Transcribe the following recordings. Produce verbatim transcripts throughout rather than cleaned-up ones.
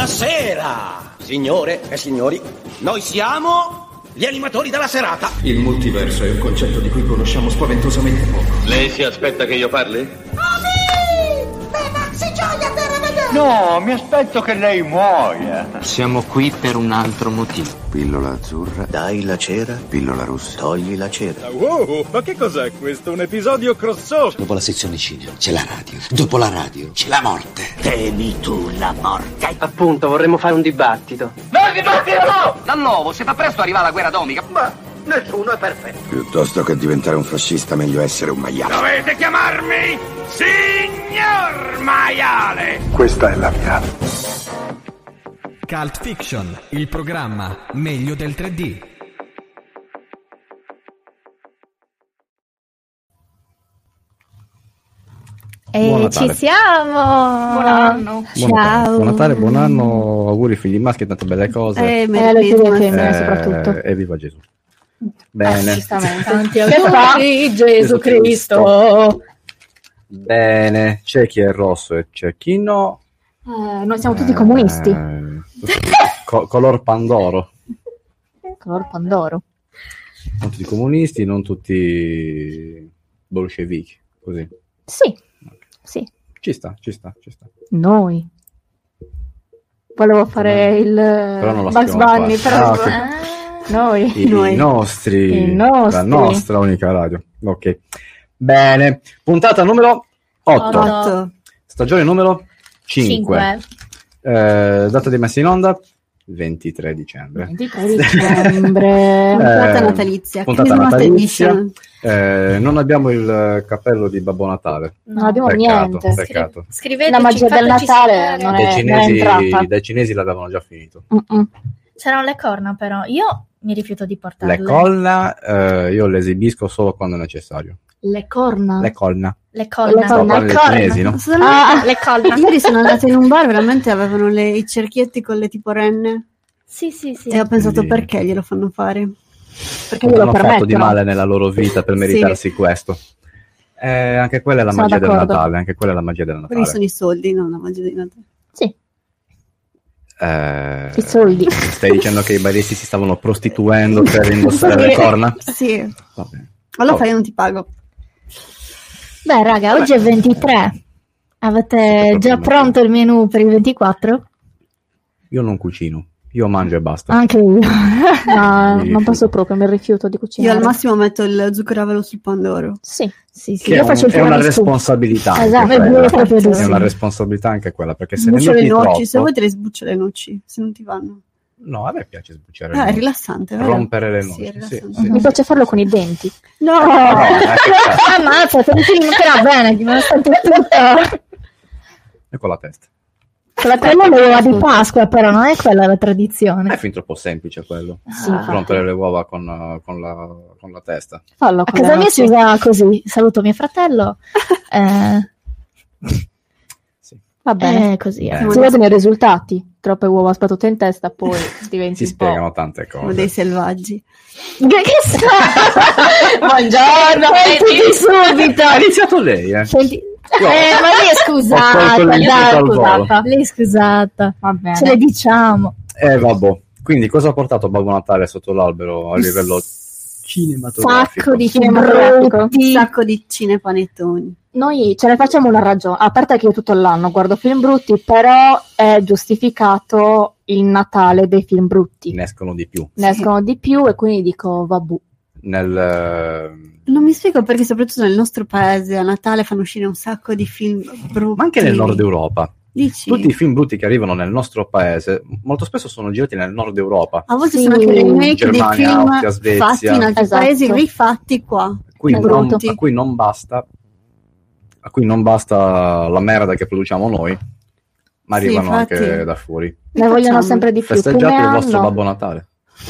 Buonasera, signore e signori. Noi siamo gli animatori della serata. Il multiverso è un concetto di cui conosciamo spaventosamente poco. Lei si aspetta che io parli? No, mi aspetto che lei muoia. Siamo qui per un altro motivo. Pillola azzurra, Dai la cera, pillola rossa. togli la cera. Wow, ma che cos'è questo? Un episodio crossover? Dopo la sezione cinema c'è la radio. Dopo la radio c'è la morte. Temi tu la morte. Appunto, vorremmo fare un dibattito. No, il dibattito no! Da nuovo, si fa presto arriva la guerra atomica. Ma nessuno è perfetto. Piuttosto che diventare un fascista, meglio essere un maiale. Dovete chiamarmi Signor Maiale! Questa è la mia. Cult Fiction, il programma meglio del tre D. E ci siamo! Buon anno! Ciao! Buon Natale, buon anno, auguri figli maschi e tante belle cose. E eh, femmine soprattutto. E viva Gesù. Bene. Tanti auguri, Gesù Cristo! Bene, c'è chi è rosso e c'è chi no. Eh, noi siamo tutti comunisti. Eh, co- color Pandoro. Color Pandoro. Non tutti comunisti, non tutti bolscevichi, così. Sì, sì. Ci sta, ci sta, ci sta. Noi. Volevo fare il Bugs Bunny, però... Ah, okay. ah, noi. I, noi. I nostri, I nostri. La nostra unica radio. Ok. Bene. Puntata numero otto. otto. Stagione numero cinque. Eh, data di messa in onda ventitré dicembre. ventitré dicembre. Puntata eh, natalizia. Puntata natalizia. Eh, non abbiamo il cappello di Babbo Natale. Non abbiamo peccato, niente. Peccato. Scrivete la magia del Natale non è, dai, cinesi, non è entrata. dai cinesi l'avevano già finito. Mm-mm. C'erano le corna, però io mi rifiuto di portarle. Le corna eh, io le esibisco solo quando è necessario. Le corna? Le corna. Le corna. Le corna. Le cinesi, no? Sono ah, le corna. Ieri sono andata in un bar, veramente avevano le, i cerchietti con le tipo renne. Sì, sì, sì. E ho pensato, Quindi... perché glielo fanno fare? Perché non glielo hanno permettono. fatto di male nella loro vita per meritarsi sì. questo. Eh, anche quella è la sono magia d'accordo. del Natale. Anche quella è la magia del Natale. Quelli sono i soldi, non la magia del Natale. Sì. Eh, I soldi. Stai dicendo che i baristi si stavano prostituendo per indossare sì. le corna? Sì. Vabbè. Allora oh. fai, non ti pago. Beh, raga, oggi è ventitré. Avete già pronto il menù per il ventiquattro? Io non cucino. Io mangio e basta. Anche io. No, non posso proprio, mi rifiuto di cucinare. Io al massimo metto il zucchero a velo sul pandoro. Sì, sì, sì. Che Io è, faccio un, il è una tiramisù. responsabilità. Esatto, anche quella. è, È una responsabilità anche quella, perché se Sbuccio ne le metti noci, troppo... se vuoi te le sbuccio le noci, se non ti vanno. No, a me piace sbucciare. Ah, è rilassante, vero? Rompere le Sì, noci. è Sì, rilassante. sì. Mi piace farlo con i denti. No! No, eh, che cazzo. Ammazza, te mi però bene, ti me tutta. E con la testa. Quella quella è l'uova di Pasqua, però non è quella la tradizione. È fin troppo semplice quello. Sì, rompere le uova con, uh, con, la, con la testa. Fallo a casa mia si usa così. Saluto mio fratello. Eh... Sì. Va bene, eh, così. Eh. Si vedono i risultati. Troppe uova sbattute in testa, poi diventi si un po'... spiegano tante cose. Siamo dei selvaggi. Che, che sta? Buongiorno, senti subito. Ha iniziato lei, eh. Senti... Eh, ma lei è scusata, dai, scusata. Lei è scusata. Va bene. Ce le diciamo. Eh, vabbè. Quindi cosa ha portato Babbo Natale sotto l'albero a livello cinematografico? Sacco di cinematografico. Un sacco di cinepanettoni. Noi ce ne facciamo una ragione, a parte che io tutto l'anno guardo film brutti, però è giustificato il Natale dei film brutti. Ne escono di più. Ne escono di più e quindi dico vabbè. Nel... Non mi spiego perché soprattutto nel nostro paese a Natale fanno uscire un sacco di film brutti. Ma anche nel nord Europa. Dici? Tutti i film brutti che arrivano nel nostro paese molto spesso sono girati nel nord Europa. A volte sì. sono anche remake Germania, dei film Austria, Svezia. fatti in altri Esatto. paesi, rifatti qua. A cui, non, a cui non basta a cui non basta la merda che produciamo noi, ma Sì, arrivano infatti. anche da fuori. Ne vogliono sempre di più. Festeggiate Come il vostro hanno? Babbo Natale.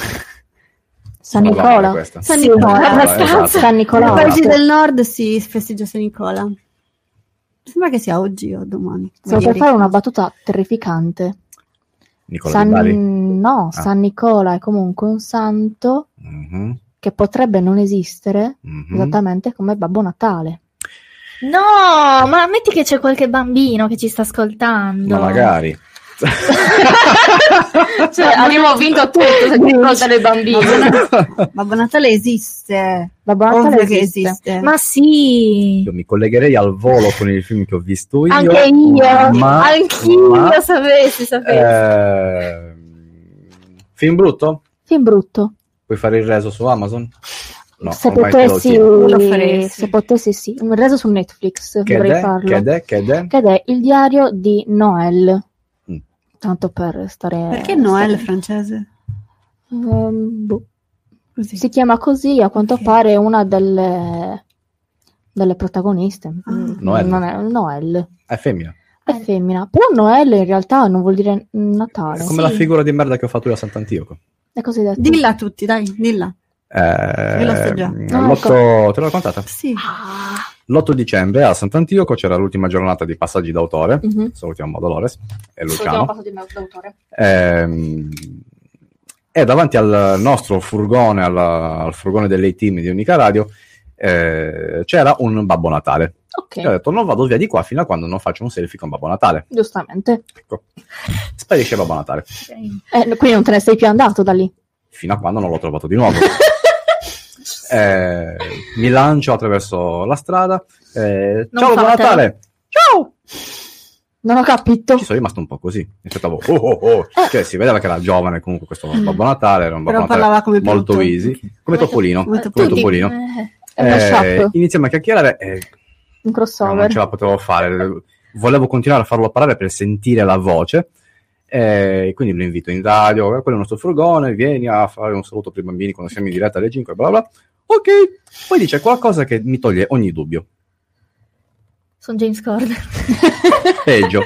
San Una Nicola. banda questa. San Sì, Nicola, abbastanza. esatto. San Nicola. Nei paesi Esatto. del nord si festeggia San Nicola. Sembra che sia oggi o domani. Stavo per fare una battuta terrificante. Nicola San... di Bari. No, Ah. San Nicola è comunque un santo Mhm, che potrebbe non esistere mhm. esattamente come Babbo Natale. No, ma metti che c'è qualche bambino che ci sta ascoltando. Ma magari. Cioè, abbiamo vinto tutto di fronte alle bambine. Babbo Natale esiste. Babbo Natale Ovvio che esiste. esiste. Ma sì, Io mi collegherei al volo con il film che ho visto io. anche io, ma, anch'io ma, sapessi, sapessi. eh, film brutto? Film brutto. Puoi fare il reso su Amazon? No, se ormai te lo potessi, chiedo. lo faresti. se potessi sì, un reso su Netflix Che dovrei è? farlo. Che è? Che è? Che è Il diario di Noël. Mm. Tanto per stare. Perché Noel stare- francese? Ehm, boh. Così. Si chiama così, a quanto Ok. pare una delle delle protagoniste. Mm, Noël. Non è Noël. È femmina. È femmina. Però Noël in realtà non vuol dire Natale. È come la figura di merda che ho fatto io a Sant'Antioco. È così detto. Dilla a tutti, dai, dilla. Eh, lo so già. Ah, l'otto, te l'ho raccontata? Sì. L'otto dicembre a Sant'Antioco c'era l'ultima giornata di passaggi d'autore. Mhm. Salutiamo Dolores e Salutiamo Luciano. passo di d'autore. Ehm, e davanti al nostro furgone, alla- al furgone delle team di Unica Radio, eh, c'era un Babbo Natale. Ok, Io ho detto non vado via di qua fino a quando non faccio un selfie con Babbo Natale. giustamente. Ecco. Sparisce Babbo Natale. Eh, quindi non te ne sei più andato da lì. Fino a quando non l'ho trovato di nuovo. Eh, mi lancio attraverso la strada. eh, Non ciao Babbo fatelo. Natale! Ciao! Non ho capito. Ci sono rimasto un po' così. Mi aspettavo, oh, oh, oh. Cioè, si vedeva che era giovane comunque questo Babbo Natale, era un Babbo Però Natale parlava come molto Pluto. easy, come Topolino. come Come Topolino. Topolino. Eh, È un Eh, mashup, iniziamo a chiacchierare e un non crossover. ce la potevo fare. Volevo continuare a farlo parlare per sentire la voce. E quindi lo invito in radio, quello è il nostro furgone, vieni a fare un saluto per i bambini quando siamo in diretta alle cinque, bla bla. Ok, poi dice qualcosa che mi toglie ogni dubbio. sono James Corden. Peggio.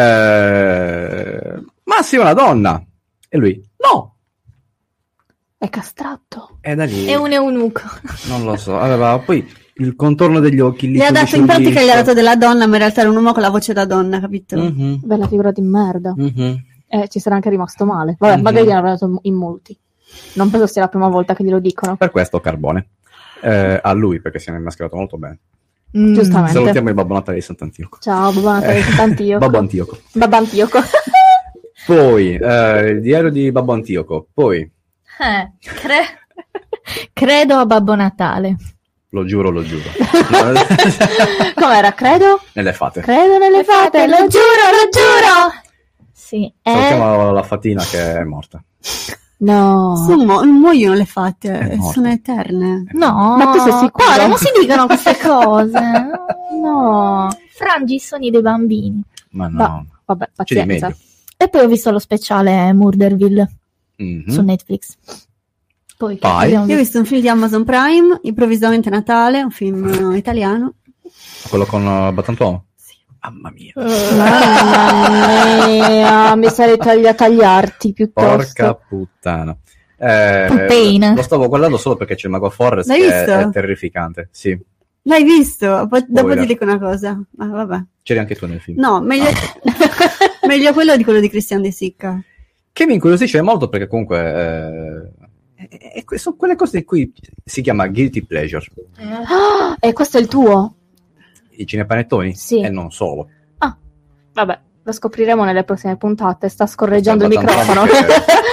Eh, ma sei una donna. E lui, no. È castrato. E da lì, È un eunuco. non lo so. Aveva poi il contorno degli occhi. Gli ha dato, in pratica gli ha dato della donna, ma in realtà era un uomo con la voce da donna, capito? Mm-hmm. Bella figura di merda. Mm-hmm. Eh, ci sarà anche rimasto male. Vabbè, Mhm. magari gliel'hanno dato in molti. Non penso sia la prima volta che glielo dicono. Per questo carbone. Eh, a lui, perché si è mascherato molto bene. Mm. Giustamente. Salutiamo il Babbo Natale di Sant'Antioco. Ciao, Babbo Natale di Sant'Antioco. Babbo Antioco. Babbo Antioco. Poi, eh, il diario di Babbo Antioco. Poi, Eh, cre- credo a Babbo Natale. lo giuro, lo giuro. Com'era? Credo? Nelle fate. Credo nelle fate, lo giuro, lo giuro. Sì, è... Salutiamo la fatina che è morta. No. Sono mu- non muoiono le fate, È morto. sono eterne. No, Ma tu sei sicuro? Paolo, non si dicono queste cose. No. Frangi i sogni dei bambini. Ma no. Ma- Vabbè, C'è di pazienza. meglio. E poi ho visto lo speciale Murderville Mhm. su Netflix. Poi che Vai. abbiamo Io ho visto? visto un film di Amazon Prime, Improvvisamente Natale, un film eh, italiano. Quello con uh, Battantuomo? Mamma mia. Mamma mia, mi sarei taglia- tagliarti piuttosto. Porca puttana. Eh, Puttana. lo stavo guardando solo perché c'è il Mago Forrest L'hai che è, visto? è terrificante. Sì, L'hai visto? Poi- dopo Spoiler. ti dico una cosa. Ma vabbè. c'eri anche tu nel film. No, meglio, meglio quello di quello di Christian De Sica. Che mi incuriosisce molto perché comunque eh, è- è- sono quelle cose di cui si chiama guilty pleasure. Ah, e questo è il tuo? I cinepanettoni? Sì. E non solo. Ah, vabbè, lo scopriremo nelle prossime puntate. Sta scorreggiando il C'è Battantuomo microfono.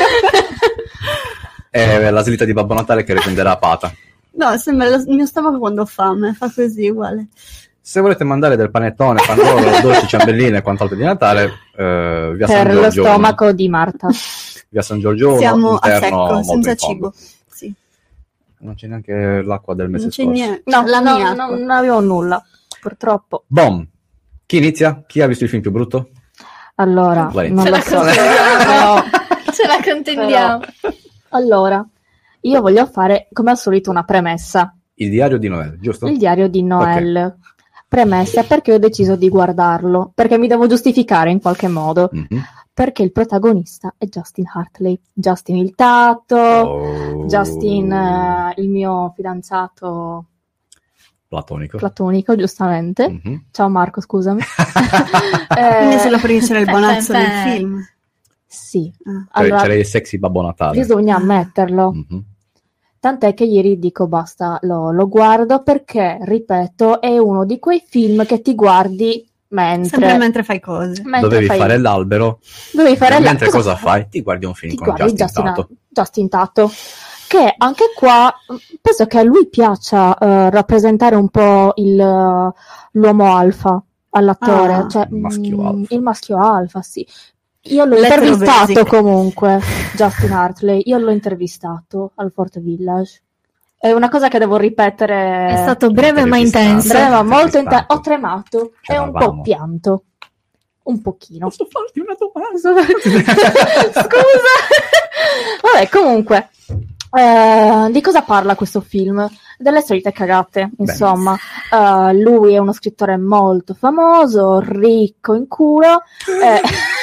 che- È la slitta di Babbo Natale che riprenderà a pata. No, sembra lo- il mio stomaco quando ho fame, fa così uguale. Se volete mandare del panettone, pandoro, dolci, ciambelline e quant'altro di Natale, eh, via San Per lo Giorgio, stomaco di Marta. via San Giorgio, Siamo a interno secco, molto senza in fondo. cibo. Sì. Non c'è neanche l'acqua del mese Non c'è scorso. niente. No, la no, mia. no, non avevo nulla, purtroppo. Bom, chi inizia? Chi ha visto il film più brutto? Allora, Valentina. non Ce lo la so. contendiamo. No. Ce la contendiamo. Allora, io voglio fare come al solito una premessa. Il diario di Noel, giusto? Il diario di Noel. Premessa perché ho deciso di guardarlo, perché mi devo giustificare in qualche modo, Mhm. perché il protagonista è Justin Hartley. Justin il tatto, Oh, Justin eh, il mio fidanzato platonico. platonico, giustamente. Mhm. Ciao Marco, scusami. Quindi Eh, solo perché c'era il bonazzo Beh, del beh. film. sì, Ah. Cioè, allora c'era il sexy Babbo Natale. bisogna ammetterlo. Mhm. Tant'è che ieri dico basta, lo, lo guardo perché, ripeto, è uno di quei film che ti guardi mentre... Sempre mentre fai cose. Mentre Dovevi fai... fare l'albero. Dovevi fare Mentre l'albero. cosa fai? Ti guardi un film Ti con guardi Justin Tato. Justin Tato. Che anche qua penso che a lui piaccia uh, rappresentare un po' il, uh, l'uomo alfa all'attore, Ah, cioè, il maschio mm, alfa. il maschio alfa, sì. Io l'ho L'etero intervistato basic. comunque, Justin Hartley, io l'ho intervistato al Fort Village. È una cosa che devo ripetere. È stato breve ma Intervistato. intenso. breve, ma molto Intervistato. intenso. Ho tremato e un po' C'eravamo. pianto. Un pochino. Posso farti una domanda? Scusa. Vabbè, comunque, eh, di cosa parla questo film? Delle solite cagate, insomma. Eh, lui è uno scrittore molto famoso, ricco in culo, eh,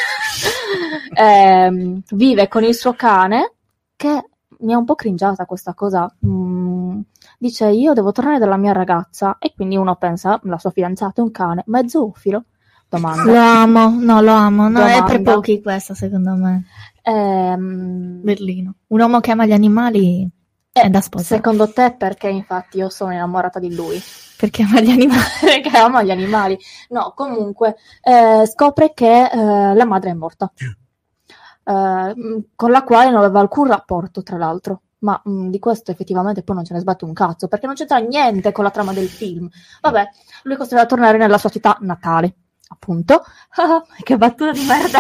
ehm, vive con il suo cane, che mi è un po' cringiata questa cosa. Mm, dice, io devo tornare dalla mia ragazza, e quindi uno pensa, la sua fidanzata è un cane, ma è zoofilo? Domanda. Lo amo, no, lo amo. No, è per Domanda. pochi questa, secondo me. Ehm, Berlino. Un uomo che ama gli animali è da sposare. Secondo te perché infatti io sono innamorata di lui? Perché ama gli animali. Perché ama gli animali. No, comunque eh, scopre che eh, la madre è morta, eh, con la quale non aveva alcun rapporto, tra l'altro. Ma mh, di questo effettivamente poi non ce ne sbatte un cazzo, perché non c'entra niente con la trama del film. Vabbè, lui è costretto a tornare nella sua città natale, appunto. Che battuta di merda.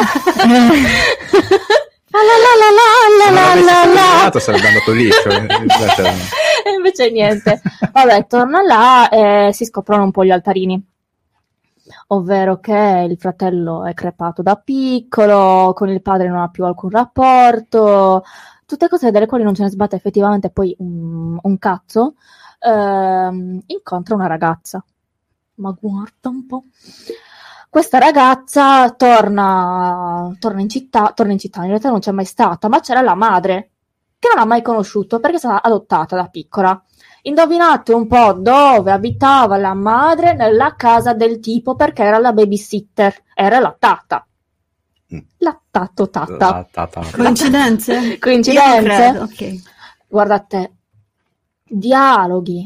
La la la la la la la la la. Sarebbe andato liscio. Invece... E invece niente. Vabbè, torna là e si scoprono un po' gli altarini. Ovvero che il fratello è crepato da piccolo, con il padre non ha più alcun rapporto, tutte cose delle quali non ce ne sbatte effettivamente poi un, un cazzo. Ehm, incontra una ragazza. Ma guarda un po'. Questa ragazza torna, torna in città, torna in città, in realtà non c'è mai stata, ma c'era la madre, che non ha mai conosciuto perché è stata adottata da piccola. Indovinate un po' dove abitava la madre? Nella casa del tipo, perché era la babysitter, era la tata. Mm. La tato tata. La tata. Coincidenze? Coincidenze? Io credo, ok. Guardate, dialoghi,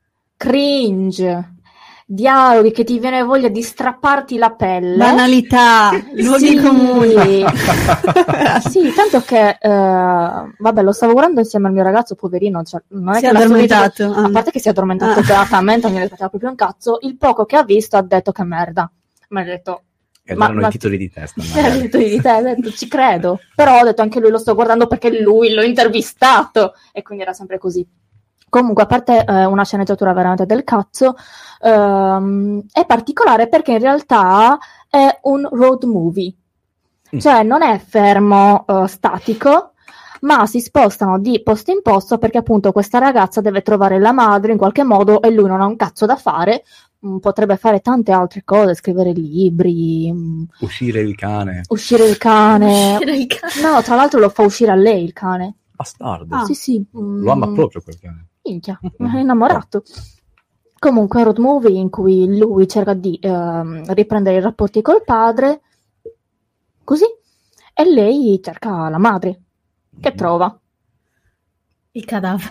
cringe, dialoghi che ti viene voglia di strapparti la pelle. Banalità, luoghi Sì. comuni. Sì, tanto che eh, vabbè, lo stavo guardando insieme al mio ragazzo, poverino, cioè, non è Si che è l'ha addormentato. subito- a parte che si è addormentato Ah. beatamente, non gli aspettava proprio un cazzo. Il poco che ha visto ha detto che merda. Mi ha detto E Ma- erano ma- i titoli di testa. era magari. detto di te, ho detto ci credo, però ho detto anche lui lo sto guardando perché lui l'ho intervistato e quindi era sempre così. Comunque, a parte eh, una sceneggiatura veramente del cazzo, ehm, è particolare perché in realtà è un road movie, cioè non è fermo, eh, statico, ma si spostano di posto in posto perché appunto questa ragazza deve trovare la madre in qualche modo e lui non ha un cazzo da fare. Mm, potrebbe fare tante altre cose, scrivere libri, mm, Uscire il cane. uscire il cane. Uscire il cane. No, tra l'altro lo fa uscire a lei il cane. Bastardo. Sì, sì. mm, Lo ama proprio quel cane. Minchia, è innamorato. Comunque è un road movie in cui lui cerca di ehm, riprendere i rapporti col padre, così, e lei cerca la madre, che trova. Il cadavere.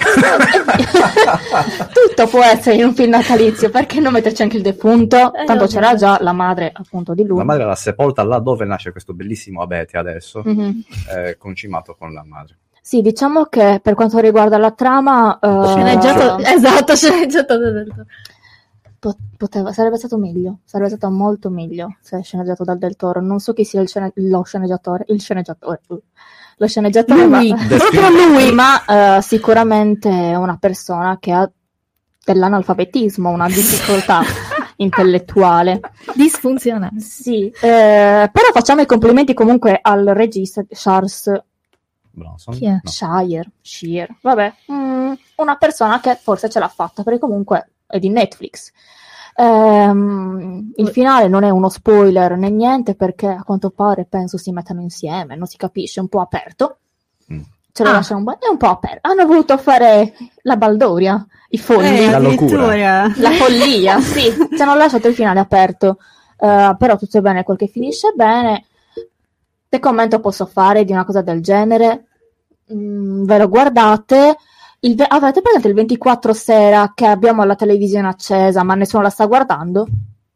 Tutto può essere in un film natalizio, perché non metterci anche il defunto? Eh, Tanto no, c'era no. già la madre appunto di lui. La madre l'ha sepolta là dove nasce questo bellissimo abete adesso, Mhm. eh, concimato con la madre. Sì, diciamo che per quanto riguarda la trama, eh, Sceneggiato, esatto, sceneggiato da Del Toro. po- poteva, sarebbe stato meglio, sarebbe stato molto meglio se è sceneggiato dal Del Toro. Non so chi sia il scene- lo sceneggiatore, il sceneggiatore, uh, lo sceneggiatore, Lui, ma, proprio lui. ma eh, sicuramente è una persona che ha dell'analfabetismo, una difficoltà intellettuale. Disfunzionale. Sì, eh, però facciamo i complimenti comunque al regista Charles Bronson? Chi è? No. Shire, Shear, vabbè, mm, una persona che forse ce l'ha fatta, perché comunque è di Netflix. Ehm, il finale non è uno spoiler né niente, perché a quanto pare penso si mettano insieme, non si capisce, è un po' aperto. Mm. Ce lo Ah. lasciano un po', è un po' aperto. Hanno voluto fare la baldoria, i folli, Eh, La addirittura. la follia, sì, ci hanno lasciato il finale aperto. Eh, però tutto è bene quel che finisce bene. Che commento posso fare di una cosa del genere? Mm, ve lo guardate? Il ve- avete presente il ventiquattro sera che abbiamo la televisione accesa ma nessuno la sta guardando?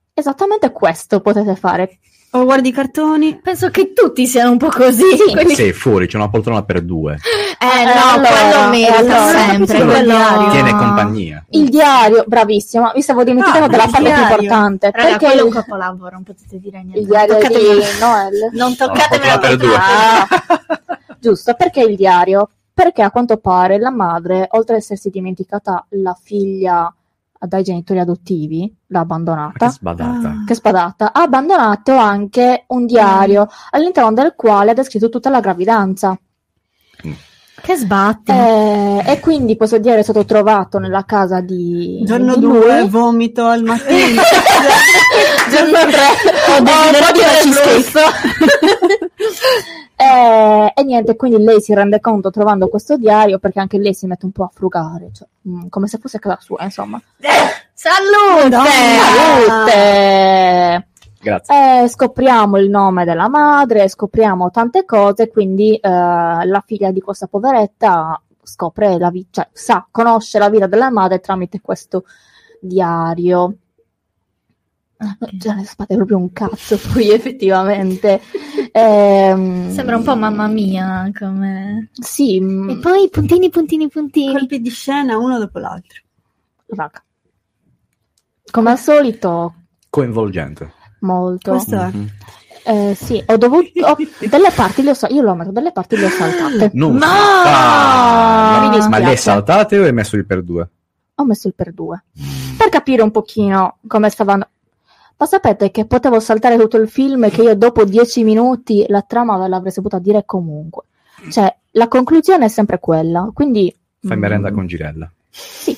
Esattamente questo potete fare. O guardi i cartoni. Penso che tutti siano un po' così. Sì, quelli... Sì, fuori c'è una poltrona per due. Eh, Eh, no, allora, quello merita allora, sempre. quello- Quello... Tiene compagnia. Il diario, bravissima, mi stavo dimenticando Ah, della il parte più diario. importante. Raga, perché quello è un il, capolavoro, non potete dire niente. il diario non di toccatemi, Noel. non No, toccatemi per due. Ah, giusto, perché il diario? Perché a quanto pare la madre, oltre ad essersi dimenticata la figlia dai genitori adottivi, l'ha abbandonata. Che sbadata. Che spadata, ha abbandonato anche un diario all'interno del quale ha descritto tutta la gravidanza. Che sbatti. Eh, e quindi questo diario è stato trovato nella casa di, Giorno di due, lui. vomito al mattino. Giorno tre, ho desiderato la cheesecake. Eh, e niente, quindi lei si rende conto trovando questo diario, perché anche lei si mette un po' a frugare, cioè, mm, come se fosse casa sua, insomma. Salute! Salute! Grazie. Eh, scopriamo il nome della madre, scopriamo tante cose, quindi eh, la figlia di questa poveretta scopre la vita, cioè sa, conosce la vita della madre tramite questo diario. Okay. Già, le spade è proprio un cazzo, poi effettivamente. Ehm, Sembra un po' mamma mia, come... Sì. E poi puntini, puntini, puntini. Colpi di scena uno dopo l'altro. Raga. Come al solito, Coinvolgente. molto. Questo è. Mhm. Eh, sì, ho dovuto... ho- delle parti le ho sa- io l'ho messo, delle parti le ho saltate. Non No! si fa. Mi Ma dispiace. le hai saltate o hai messo il per due? Ho messo il per due. Per capire un pochino come stavano... Ma sapete che potevo saltare tutto il film e che io dopo dieci minuti la trama ve l'avrei saputa dire comunque. Cioè, la conclusione è sempre quella, quindi... Fai mm, merenda con Girella. Sì.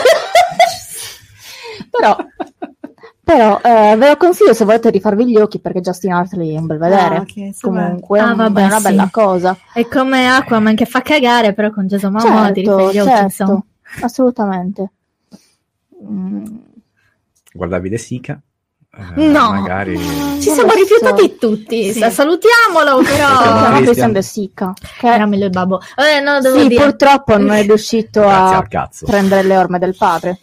Però... Però eh, ve lo consiglio se volete rifarvi gli occhi, perché Justin Hartley è un bel vedere. Ah, ok, sì, Comunque, Ah, è un- vabbè, è una bella sì. cosa. È come Aquaman che fa cagare, però con Jason Momoa ti Certo, rifai gli occhi, certo, insomma. assolutamente. Mm. Guardavi De Sica. eh, No, Magari... ci Non siamo lo rifiutati so. tutti. Sì. Sa- Salutiamolo, Salutiamo però. Chiama Christian. Christian De Sica, che Era meglio il babbo. Eh, no, devo sì, dire. purtroppo non è riuscito Grazie a al cazzo. prendere le orme del padre.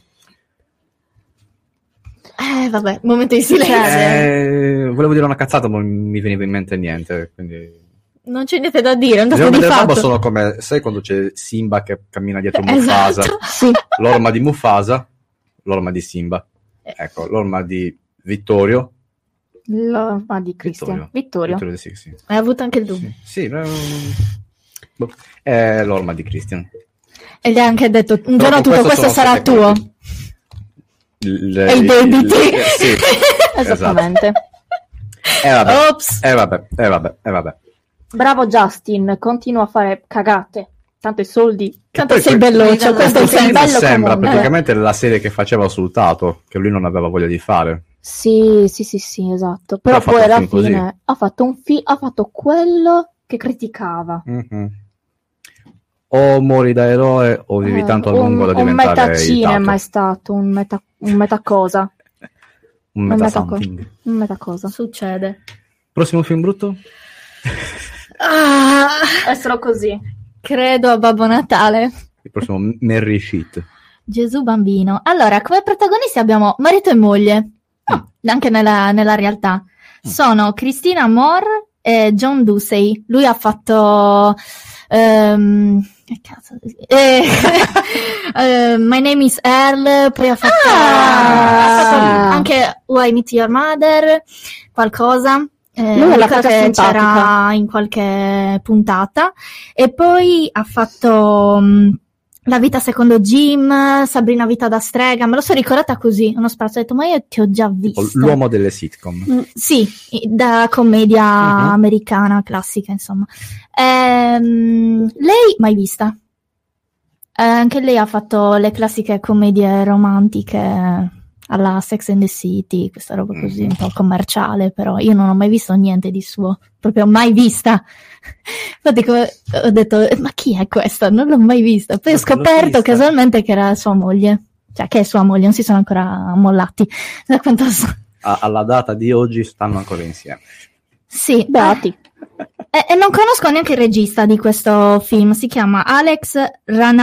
Eh, vabbè, momento di silenzio. Eh, volevo dire una cazzata, ma non mi veniva in mente niente. Quindi... Non c'è niente da dire, è un Le dato orme di del babbo fatto. sono come, sai quando c'è Simba che cammina dietro Esatto. Mufasa? Sì, L'orma di Mufasa, l'orma di Simba. Ecco, l'orma di Vittorio. l'orma di Christian. Vittorio. Vittorio De Sica, sì. Hai avuto anche il dubbio. Sì, eh, boh. È l'orma di Christian. E gli ha anche detto, un Però giorno con tutto questo questo sono sarà sette tuo. colpi. Il, E i debiti. il- sì, Esattamente. E vabbè, Ops. e vabbè, e vabbè, e vabbè. Bravo Justin, continua a fare cagate. Tanto i soldi. Tanto poi sei que- belloccio, questo Questo sei è bello Sembra comunque. praticamente la serie che faceva sul Tato, che lui non aveva voglia di fare. Sì, sì, sì, sì, esatto. Però ha fatto poi un alla film così. fine ha fatto un film, ha fatto quello che criticava. Mhm. O muori da eroe o vivi Eh, tanto a un, lungo da un diventare il metacinema è Tato. stato, un meta, un meta cosa. Un Un meta meta co- something. un meta cosa. Succede. Prossimo film brutto? Ah, Essero così. credo a Babbo Natale. Il prossimo Merry Shit. Gesù bambino. Allora, come protagonisti abbiamo marito e moglie, no, anche nella, nella realtà. Sono Christina Moore e John Ducey. Lui ha fatto... ehm, che cazzo? Eh, eh, My Name is Earl, poi ha fatto, Ah! ha fatto anche Why I Meet Your Mother, qualcosa. Eh, Lui è la ricordo cosa che simpatica. c'era in qualche puntata. E poi ha fatto... mh, La vita secondo Jim, Sabrina vita da strega, me lo sono ricordata così, uno spazio, ho detto, ma io ti ho già visto. O L'uomo delle sitcom. Mm, sì, i- da commedia Mhm. americana, classica, insomma. Ehm, lei, mai vista. Eh, anche lei ha fatto le classiche commedie romantiche alla Sex and the City, questa roba così, un po' commerciale, però io non ho mai visto niente di suo, proprio mai vista. Infatti come- ho detto, ma chi è questa? Non l'ho mai vista. Poi ho Perché l'ho scoperto vista. casualmente che era sua moglie, cioè che è sua moglie, non si sono ancora mollati, da quanto so. A- alla data di oggi stanno ancora insieme. Sì, Beati. e, e non conosco neanche il regista di questo film, si chiama Alex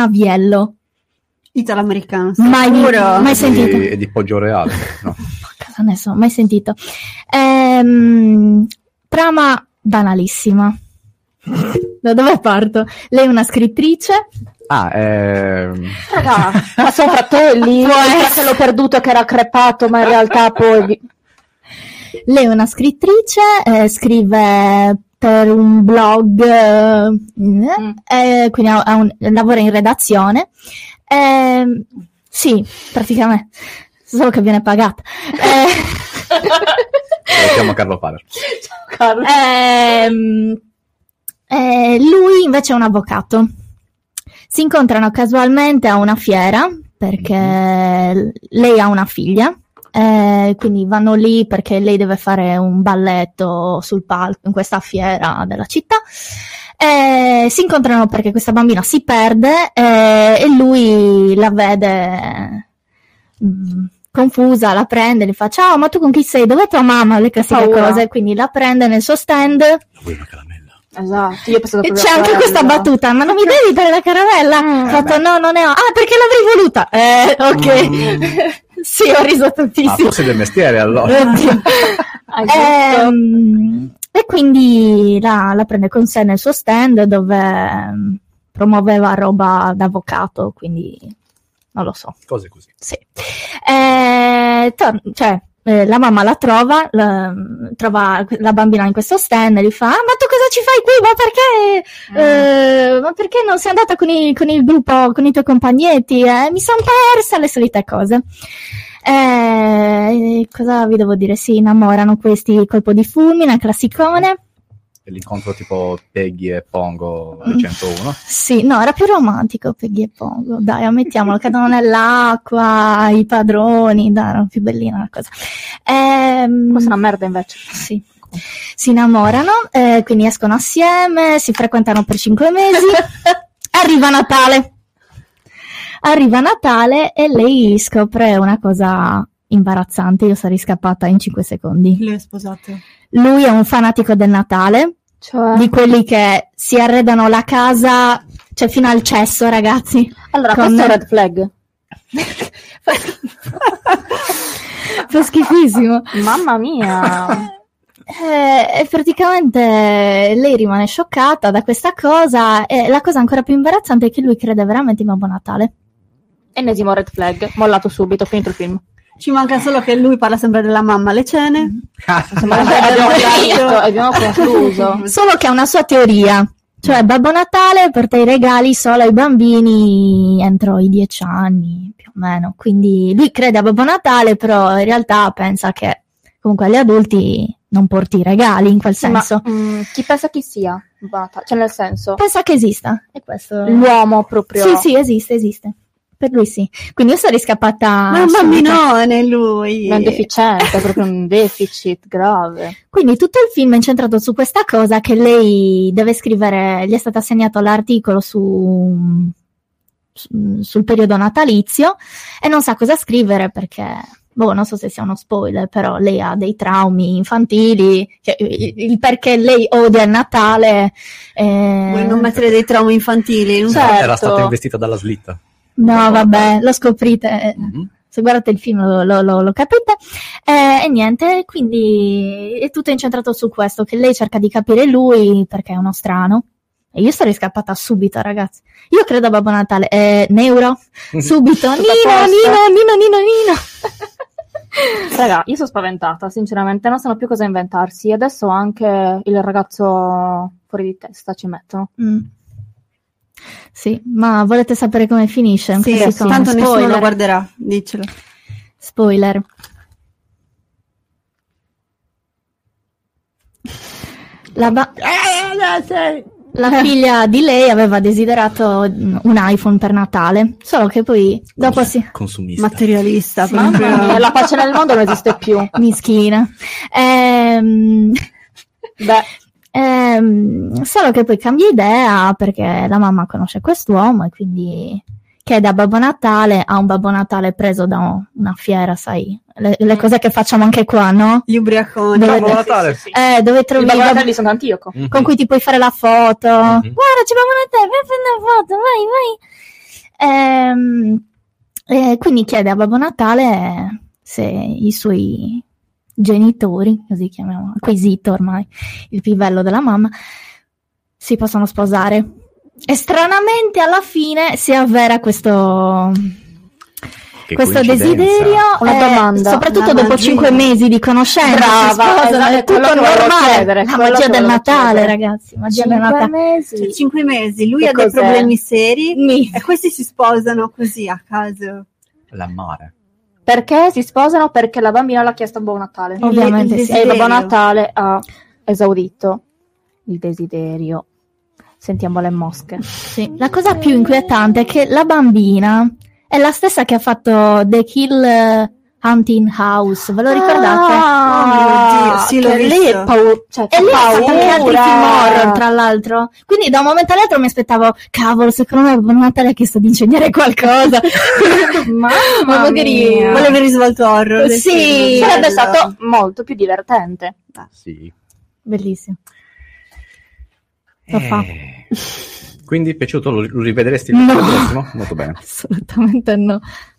Ranaviello. Italo-americano. Mai, sicuro. mai sentito. E di Poggio Reale. No. cosa ne so, mai sentito. Ehm, trama banalissima. Da dove parto? Lei è una scrittrice. Ah, ehm... Raga, ma sono fratelli, il fratello perduto che era crepato, ma in realtà poi... Lei è una scrittrice, eh, scrive per un blog, eh, mm. eh, quindi ha, ha un, lavora in redazione. Eh, sì, praticamente, solo che viene pagata. Eh, Lo chiamo Carlo Paler. Ciao Carlo. Eh, eh, lui invece è un avvocato. Si incontrano casualmente a una fiera perché mm-hmm. lei ha una figlia. Eh, quindi vanno lì perché lei deve fare un balletto sul palco in questa fiera della città. Eh, si incontrano perché questa bambina si perde eh, e lui la vede mh, confusa, la prende, le fa ciao, ma tu con chi sei? Dov'è tua mamma? Le classiche Paura. cose, quindi la prende nel suo stand. Vuoi una caramella? Esatto, io ho pensato E proprio c'è a anche quella. questa battuta, ma non mi devi dare la caramella? Mm, Ho fatto no, non ne ho. Ah, perché l'avrei voluta? Eh, ok. Mm. Sì, ho riso Ah, tantissimo. forse del mestiere allora. Ehm, e quindi la, la prende con sé nel suo stand dove ehm, promuoveva roba d'avvocato, quindi non lo so. Cose così. Sì. Eh, tor- cioè, eh, la mamma la trova, la, trova la bambina in questo stand e gli fa: ah, ma tu cosa ci fai qui? Ma perché, mm. eh, ma perché non sei andata con, i, con il gruppo, con i tuoi compagnetti? Eh? Mi sono persa, le solite cose. Eh, cosa vi devo dire? Si innamorano questi, colpo di fulmine, classicone. E l'incontro tipo Peggy e Pongo al centouno. Sì, no, era più romantico Peggy e Pongo, dai, ammettiamolo, cadono nell'acqua, i padroni, dai, era più bellina la cosa. Ehm, Questa è una merda invece. Sì. Si innamorano, eh, quindi escono assieme, si frequentano per cinque mesi, arriva Natale. Arriva Natale e lei scopre una cosa imbarazzante, io sarei scappata in cinque secondi. Lui è sposato. Lui è un fanatico del Natale, cioè di quelli che si arredano la casa, cioè fino al cesso, ragazzi. Allora, Con... questo è un red flag. Fa schifissimo. Mamma mia. Eh, e praticamente lei rimane scioccata da questa cosa e la cosa ancora più imbarazzante è che lui crede veramente in Babbo Natale. Ennesimo red flag, mollato subito, finito il film. Ci manca solo che lui parla sempre della mamma alle cene. Ma abbiamo finito, abbiamo concluso. Solo che ha una sua teoria, cioè Babbo Natale porta i regali solo ai bambini entro i dieci anni, più o meno. Quindi lui crede a Babbo Natale, però in realtà pensa che comunque agli adulti non porti i regali, in quel senso. Ma, mh, chi pensa chi sia? Cioè nel senso... Pensa che esista. È questo. L'uomo proprio... Sì, sì, esiste, esiste. Per lui sì. Quindi io sarei scappata... Ma un bambinone lui! È un deficiente, è proprio un deficit grave. Quindi tutto il film è incentrato su questa cosa che lei deve scrivere, gli è stato assegnato l'articolo su, su sul periodo natalizio e non sa cosa scrivere perché... Boh, non so se sia uno spoiler, però lei ha dei traumi infantili, cioè, il, il perché lei odia il Natale. Eh... Vuoi non mettere dei traumi infantili? Non certo. Era stata investita dalla slitta. No, vabbè, lo scoprite. Mm-hmm. Se guardate il film lo, lo, lo, lo capite. Eh, e niente, quindi è tutto incentrato su questo, che lei cerca di capire lui perché è uno strano. E io sarei scappata subito, ragazzi. Io credo a Babbo Natale. Eh, Neuro, subito. Nino, Nino, Nino, Nino, Nino. Raga, io sono spaventata, sinceramente, non sanno più cosa inventarsi. Adesso anche il ragazzo fuori di testa ci mettono. Mm. Sì, ma volete sapere come finisce? Sì, sì, sì, tanto nessuno spoiler. Lo guarderà, dicelo. Spoiler. La, ba- la figlia di lei aveva desiderato un iPhone per Natale, solo che poi dopo si... Consumista. Materialista. Sì, proprio. La pace nel mondo non esiste più. Mischina. Ehm... Beh... Ehm, solo che poi cambia idea perché la mamma conosce quest'uomo e quindi chiede a Babbo Natale, ha un Babbo Natale preso da una fiera, sai, le, le cose che facciamo anche qua, no? Gli ubriaconi. Dove, Babbo Natale. sì, sì, sì. Eh, dove trovi i Babbo Natale di Sant'Antioco, mm-hmm. con cui ti puoi fare la foto. Mm-hmm. Guarda, c'è Babbo Natale, vai a prendere la foto, vai, vai. Ehm, eh, quindi chiede a Babbo Natale se i suoi genitori, così chiamiamo, acquisito ormai il più bello della mamma, si possono sposare. E stranamente alla fine si avvera questo Che questo coincidenza. desiderio, Una eh, domanda. soprattutto La dopo magia. cinque mesi di conoscenza. Brava, si sposano, esatto, è quello tutto che volevo normale. chiedere, La quello magia che del volevo Natale, chiedere. ragazzi, magia del Cinque Natale. mesi. Cioè, cinque mesi, lui Che ha dei cos'è? problemi seri Mi- e questi si sposano così a caso. L'amore. Perché si sposano? Perché la bambina l'ha chiesto a Buon Natale. Ovviamente Il sì. E il desiderio. Buon Natale ha esaudito il desiderio. Sentiamo le mosche. Sì. La cosa più inquietante è che la bambina è la stessa che ha fatto The Kill Hunting House, ve lo ricordate? Ah, Oh mio Dio, sì, l'ho che lì visto. è paura. Cioè, E lei ha fatto anche altri paura. film horror, tra l'altro. Quindi da un momento all'altro mi aspettavo, cavolo, secondo me Buon Natale ha chiesto di ingegnere qualcosa. Mamma Ma magari mia. Volevi risvolto horror. del Sì, film, Sarebbe bello. stato molto più divertente. Sì. Bellissimo. Lo fa. Eh, Quindi piaciuto? Lo, lo rivedresti No. l'anno prossimo? Molto bene. Assolutamente no.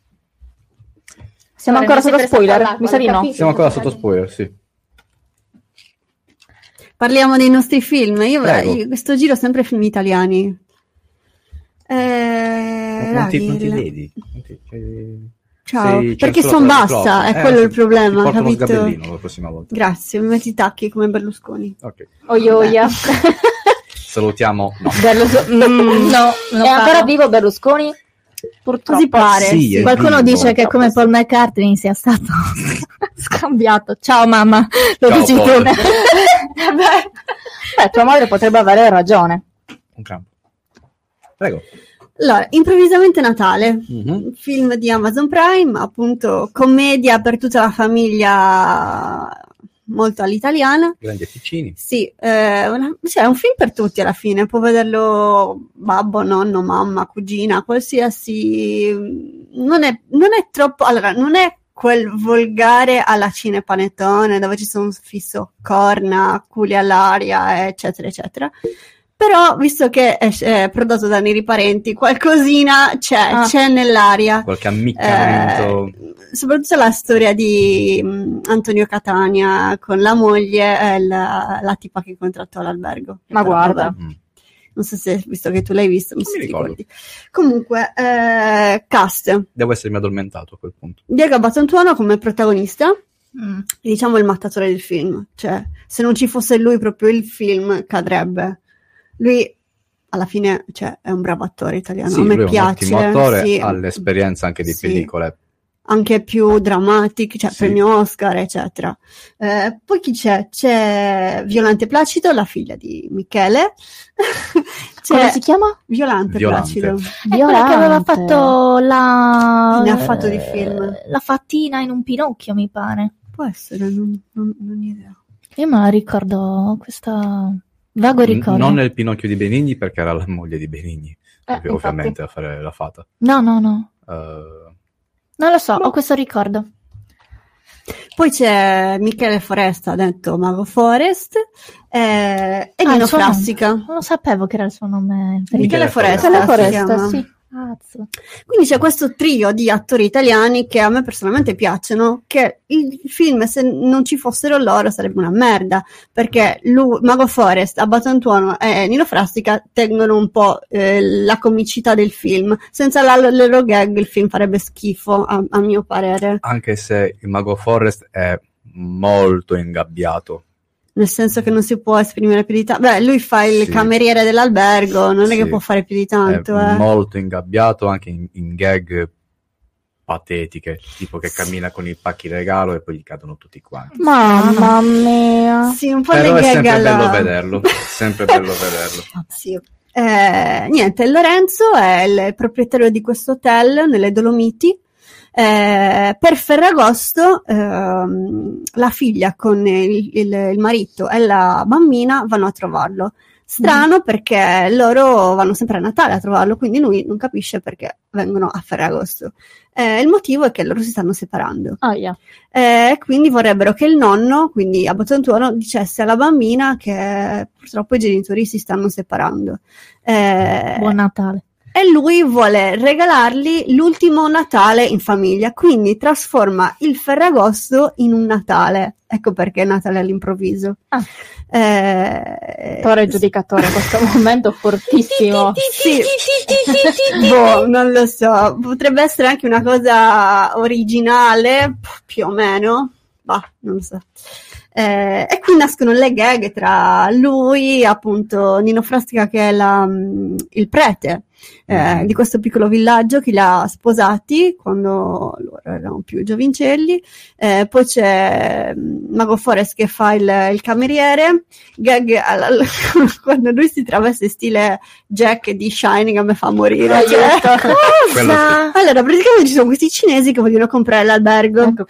Siamo Ora, ancora non si sotto presta spoiler? all'acqua, Mi sa di l'ho no. capito. Siamo ancora sotto spoiler, sì. Parliamo dei nostri film. Io, Prego. io questo giro sempre film italiani. Eh, Non ti, Raghi, non ti il- vedi. Non ti- sei- Ciao, sei perché censurato son dal bassa, microfono. è quello il problema, Ti porto uno capito? sgabellino la prossima volta. Grazie, mi metti i tacchi come Berlusconi. Ok. Oia oia. Salutiamo. No. Berlusconi. Mm, No, non È ancora parlo. vivo Berlusconi? Purtroppo. Così pare. Sì, è Qualcuno vivo. dice che come Paul McCartney sia stato scambiato. Ciao mamma, lo Ciao, dici Paul. tu. Beh, tua madre potrebbe avere ragione. Un campo. Prego. Allora, Improvvisamente Natale, Mhm. un film di Amazon Prime, appunto commedia per tutta la famiglia, molto all'italiana. Grandi e piccini. Sì, eh, una- sì, è un film per tutti alla fine, può vederlo babbo, nonno, mamma, cugina, qualsiasi. Non è, non è troppo, allora, non è quel volgare alla cinepanettone dove ci sono fisso corna, culi all'aria, eccetera, eccetera. Però, visto che è, è prodotto da Neri Parenti, qualcosina c'è, Ah. c'è nell'aria. Qualche ammiccamento. Eh, soprattutto la storia di mh, Antonio Catania con la moglie e la, la tipa che contrattò all'albergo. Ma Però, guarda. vabbè, non so se, visto che tu l'hai visto, non Non so mi se ti ricordo. ricordi. Comunque, eh, cast. Devo essermi addormentato a quel punto. Diego Abbatantuono come protagonista, Mm. diciamo il mattatore del film. Cioè, se non ci fosse lui proprio il film cadrebbe. Lui alla fine, cioè, è un bravo attore italiano. Sì, a me lui è un piace. ottimo attore, sì. ha l'esperienza anche di Sì. pellicole. Anche più drammatiche, cioè Sì. premio Oscar, eccetera. Eh, poi chi c'è? C'è Violante Placido, la figlia di Michele. C'è Come si chiama? Violante, Violante. Placido. È quella che aveva fatto la... Ne ha fatto di film. La fattina in un Pinocchio, mi pare. Può essere, non, non, non ho idea. Io me la ricordo, questa... Vago ricordo. Non nel Pinocchio di Benigni, perché era la moglie di Benigni, Eh, ovvi- ovviamente, a fare la fata. No, no, no. Eh, Non lo so, ho questo ricordo. Poi c'è Michele Foresta, detto Mago Forest, eh, e Ah, Nino il suo nome. Frassica. Non lo sapevo che era il suo nome. Michele Michele Foresta, Michele si Foresta, chiama. sì. Cazzo. Quindi c'è questo trio di attori italiani che a me personalmente piacciono, che il film, se non ci fossero loro, sarebbe una merda, perché lui, Mago Forest, Abbatantuono e Nino Frassica tengono un po' eh, la comicità del film. Senza la loro gag il film farebbe schifo, a, a mio parere. anche se il Mago Forest è molto ingabbiato. Nel senso che non si può esprimere più di tanto. Beh, lui fa il Sì. cameriere dell'albergo, non è Sì. che può fare più di tanto. È eh. molto ingabbiato anche in, in gag patetiche, tipo che cammina con i pacchi regalo e poi gli cadono tutti quanti. Mamma mia. Sì, un po' Però le è gag sempre alla... bello vederlo, sempre bello vederlo. Sì. Eh, niente, Lorenzo è il proprietario di questo hotel nelle Dolomiti. Eh, per Ferragosto ehm, la figlia con il, il, il marito e la bambina vanno a trovarlo. Strano perché loro vanno sempre a Natale a trovarlo, quindi lui non capisce perché vengono a Ferragosto. Eh, il motivo è che loro si stanno separando. Ah, yeah. Eh, quindi vorrebbero che il nonno, quindi Abbatantuono, dicesse alla bambina che purtroppo i genitori si stanno separando. Eh, Buon Natale. e lui vuole regalargli l'ultimo Natale in famiglia, quindi trasforma il Ferragosto in un Natale. Ecco perché è Natale all'improvviso. Ah. Eh, Torre giudicatore in questo momento fortissimo. Sì. Boh, non lo so, potrebbe essere anche una cosa originale, più o meno, bah, non lo so. Eh, e qui nascono le gag tra lui, appunto Nino Frassica, che è la, il prete eh, di questo piccolo villaggio che li ha sposati quando loro erano più giovincelli, eh, poi c'è Mago Forest che fa il, il cameriere, gag alla, alla, quando lui si traveste stile Jack di Shining, a me fa morire. Cioè, cosa? Allora praticamente ci sono questi cinesi che vogliono comprare l'albergo. Ecco.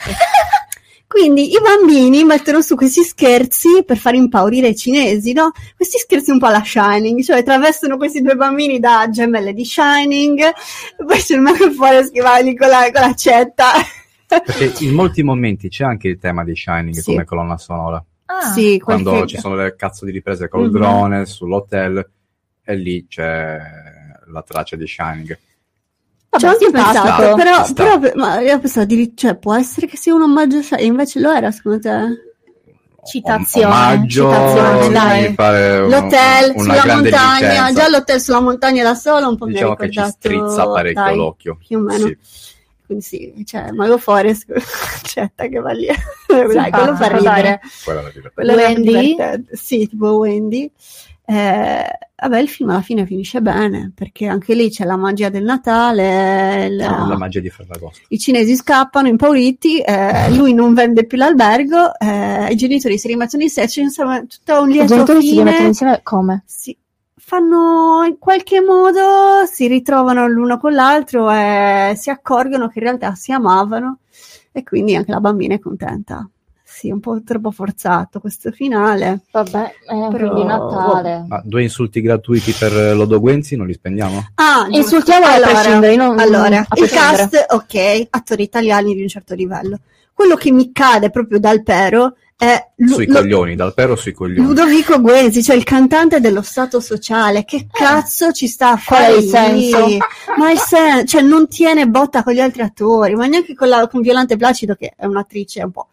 Quindi i bambini mettono su questi scherzi per far impaurire i cinesi, no? Questi scherzi un po' alla Shining, cioè travestono questi due bambini da gemelle di Shining, poi c'è il Michael Forest che va lì con la, con l'accetta. Perché in molti momenti c'è anche il tema di Shining sì. come colonna sonora. Ah, sì, quando qualche... ci sono le cazzo di riprese col mm-hmm. drone sull'hotel e lì c'è la traccia di Shining. Ci ho anche pensato, però, però ma io ho pensato di, cioè, può essere che sia un omaggio, e invece lo era, secondo te? Citazione, omaggio, citazione, dai. Fare l'hotel un, sulla montagna, licenza. Già l'hotel sulla montagna da solo un po' diciamo mi ha ricordato, che ci strizza parecchio dai, l'occhio. Più o meno. Sì. Quindi sì, cioè Mago Forest, accetta che va lì. Dai, quello fa ridere. Quello è divertente. Sì, tipo Wendy. Eh, vabbè, il film alla fine finisce bene perché anche lì c'è la magia del Natale, la, la magia di Ferragosto. I cinesi scappano impauriti, eh, lui non vende più l'albergo, eh, i genitori si rimettono insieme, c'è insomma tutto un lieto I genitori fine. si rimettono insieme come? Sì, fanno in qualche modo, si ritrovano l'uno con l'altro e si accorgono che in realtà si amavano e quindi anche la bambina è contenta. Sì, un po' troppo forzato questo finale. Vabbè, è un però... film di Natale. Ma due insulti gratuiti per Lodo Guenzi non li spendiamo? Ah, insultiamo allora, a prescindere. Non, allora, a il cast, ok, attori italiani di un certo livello. Quello che mi cade proprio dal pero è... Lu- sui lo- coglioni, dal pero sui coglioni. Ludovico Guenzi, cioè il cantante dello Stato Sociale. Che cazzo ci sta a fare? Qual è il senso? Ma il sen- cioè non tiene botta con gli altri attori, ma neanche con, la, con Violante Placido, che è un'attrice un po'...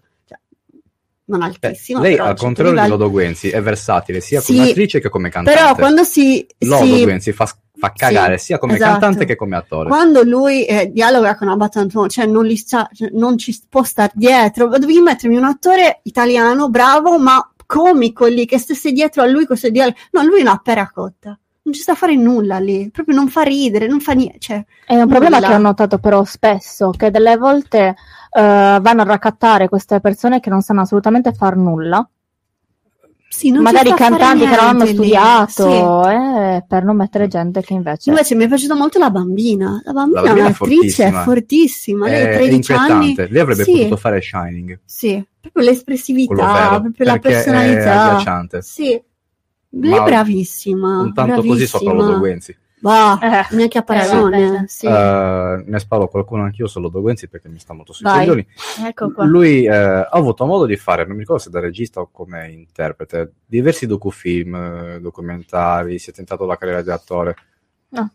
non altissimo. Beh, lei però al contrario livello... di Lodo Guenzi è versatile sia sì, come attrice che come cantante. Però quando si... Lodo si... Guenzi fa, fa cagare sì, sia come esatto. cantante che come attore. Quando lui eh, dialoga con Abbott Antonio, cioè non, li sta, cioè non ci può star dietro, devi mettermi un attore italiano bravo ma comico lì, che stesse dietro a lui questo dialogo. No, lui è una pera cotta. Non ci sta a fare nulla lì, proprio non fa ridere, non fa niente. Cioè, è un problema nulla. Che ho notato però spesso, che delle volte uh, vanno a raccattare queste persone che non sanno assolutamente far nulla. Sì, non magari cantanti che non hanno studiato, sì. eh, per non mettere gente che invece... Invece mi è piaciuta molto la bambina. La bambina, la bambina è un'attrice, è fortissima. Lei ha tredici anni. Lei avrebbe sì. potuto fare Shining. Sì, proprio l'espressività, proprio la personalità. È agghiacciante. Sì. Lei è bravissima. Un tanto bravissima. così sopra Lodo Guenzi. Bah, eh, neanche a paragone. Eh, sì. uh, ne sparo qualcuno anch'io su Lodo Guenzi perché mi sta molto sui Vai. coglioni. Ecco qua. Lui eh, ha avuto modo di fare, non mi ricordo se da regista o come interprete, diversi docufilm, documentari, si è tentato la carriera di attore. No.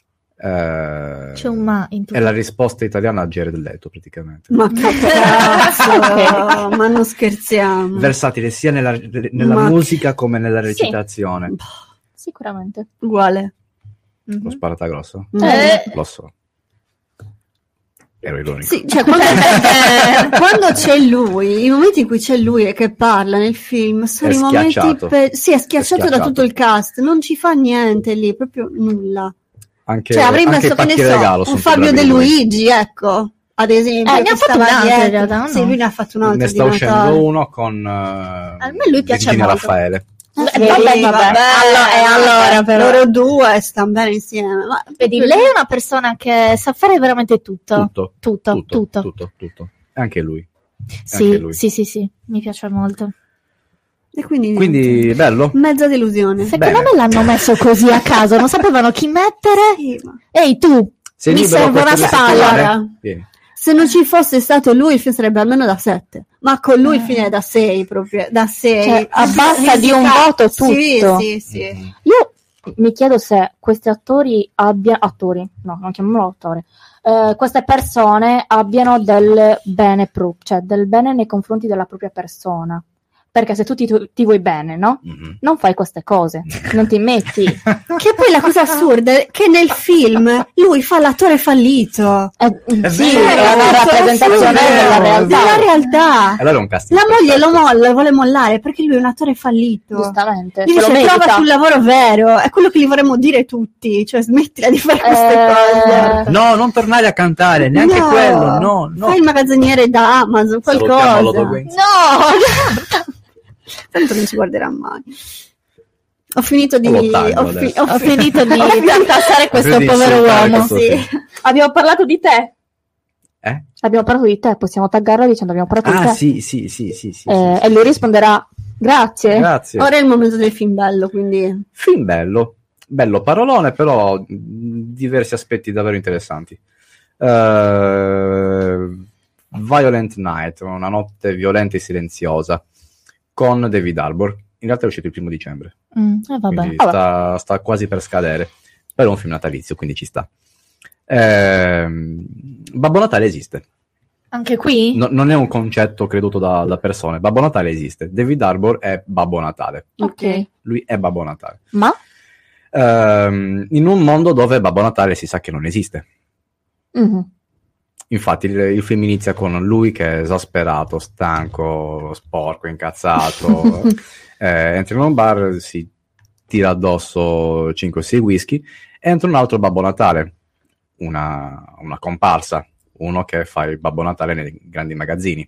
Eh, C'è un ma in tutto. È la risposta italiana a Jared Leto praticamente. Ma che cazzo, ma non scherziamo. Versatile sia nella, nella ma... musica come nella recitazione. Sì. Sicuramente. Uguale. Mm-hmm. L'ho sparata grosso? Eh. Lo so. Ero ironico. Sì, cioè quando, eh, quando c'è lui, i momenti in cui c'è lui e che parla nel film sono è i momenti schiacciato. per... sì, è schiacciato, è schiacciato da tutto il cast, non ci fa niente lì, proprio nulla. Anche, cioè avrei anche messo, che ne so, regalo, un Fabio De Luigi, ecco, ad esempio. Eh, ne ha fatto un altro in realtà, no? Sì, lui ne ha fatto un altro. Ne sta di uscendo Natale. uno con uh, a me lui piace Virginia molto. Raffaele. Sì, vabbè, vabbè, vabbè. Allora, e allora però loro due stanno bene insieme. Ma vedi, lei è una persona che sa fare veramente tutto. Tutto, tutto, tutto, tutto. tutto, tutto. E anche lui. Sì, anche lui. sì, sì, sì, mi piace molto. E quindi, quindi bello. Mezza delusione. Secondo Bene. me l'hanno messo così a caso, non sapevano chi mettere. Sì, ma... Ehi tu, Sei mi libero serve per una telefilare? spalla. Vieni. Se non ci fosse stato lui il film sarebbe almeno da sette, ma con lui il film è da sei proprio, da sei. Cioè, abbassa di un voto tutto. Sì, sì, sì. Mm-hmm. Io mi chiedo se questi attori abbiano attori, no, non chiamiamolo attore, eh, queste persone abbiano del bene pro, cioè del bene nei confronti della propria persona. Perché se tu ti, ti vuoi bene, no? Mm-hmm. Non fai queste cose, non ti metti. Che poi la cosa assurda è che nel film lui fa l'attore fallito. Eh, sì, è una rappresentazione della realtà. Della realtà. Allora è un casting la moglie perfetto. lo molla, lo vuole mollare perché lui è un attore fallito. Giustamente. Gli dice trova sul lavoro vero, è quello che gli vorremmo dire tutti, cioè smettila di fare queste eh... cose. No, non tornare a cantare, neanche no, quello, no, no. Fai il magazziniere da Amazon, qualcosa. No! Tanto non ci guarderà mai. Ho finito di, ho, fi- ho finito di tassare questo povero uomo. Sì. Abbiamo parlato di te. Eh? Abbiamo parlato di te, possiamo taggarlo dicendo abbiamo parlato ah, di te. sì, sì, sì, sì, sì, eh, sì. E lui risponderà grazie. Grazie. Ora è il momento del film bello, quindi... Film bello. Bello parolone, però diversi aspetti davvero interessanti. Uh, Violent Night, una notte violenta e silenziosa, con David Harbour. In realtà è uscito il primo dicembre. Mm, eh, vabbè. Quindi vabbè. sta, sta quasi per scadere. Però è un film natalizio, quindi ci sta. Eh, Babbo Natale esiste. Anche qui? No, non è un concetto creduto da, da persone. Babbo Natale esiste. David Harbour è Babbo Natale. Ok. Lui è Babbo Natale. Ma? Eh, in un mondo dove Babbo Natale si sa che non esiste. Mm-hmm. Infatti il, il film inizia con lui che è esasperato, stanco, sporco, incazzato, eh, entra in un bar, si tira addosso cinque o sei whisky, entra un altro Babbo Natale, una, una comparsa, uno che fa il Babbo Natale nei grandi magazzini.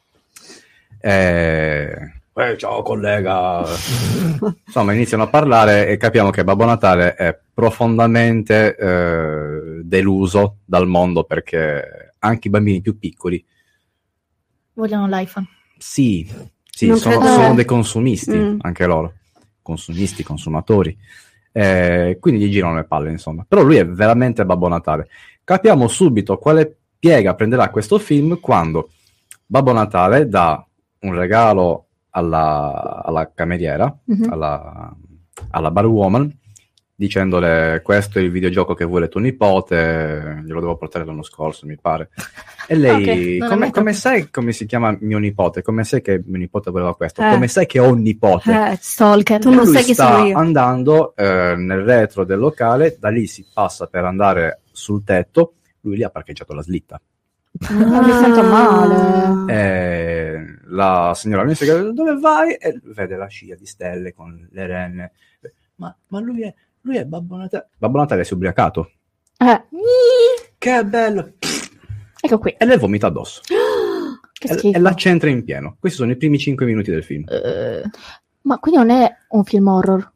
Eh, eh, ciao collega! Insomma, iniziano a parlare e capiamo che Babbo Natale è profondamente eh, deluso dal mondo perché anche i bambini più piccoli vogliono l'iPhone. Sì, sì sono, sono dei consumisti, mm. anche loro. Consumisti, consumatori. Eh, quindi gli girano le palle, insomma. Però lui è veramente Babbo Natale. Capiamo subito quale piega prenderà questo film quando Babbo Natale dà un regalo alla, alla cameriera, mm-hmm. alla, alla barwoman, dicendole questo è il videogioco che vuole tuo nipote, glielo devo portare l'anno scorso mi pare, e lei okay, come, come sai come si chiama mio nipote, come sai che mio nipote voleva questo, eh. come sai che ho un nipote, eh, stalker, tu non sai chi sono io. Sta andando eh, nel retro del locale, da lì si passa per andare sul tetto, lui lì ha parcheggiato la slitta. Ah, mi sento male. Eh, la signora mi dice dove vai e vede la scia di stelle con le renne, ma, ma lui è Lui è Babbo Natale. Babbo Natale si è ubriacato. Eh. Che bello. Ecco qui. E le vomita addosso. Che e, schifo. e l'accentra in pieno. Questi sono i primi cinque minuti del film. Uh, ma quindi non è un film horror?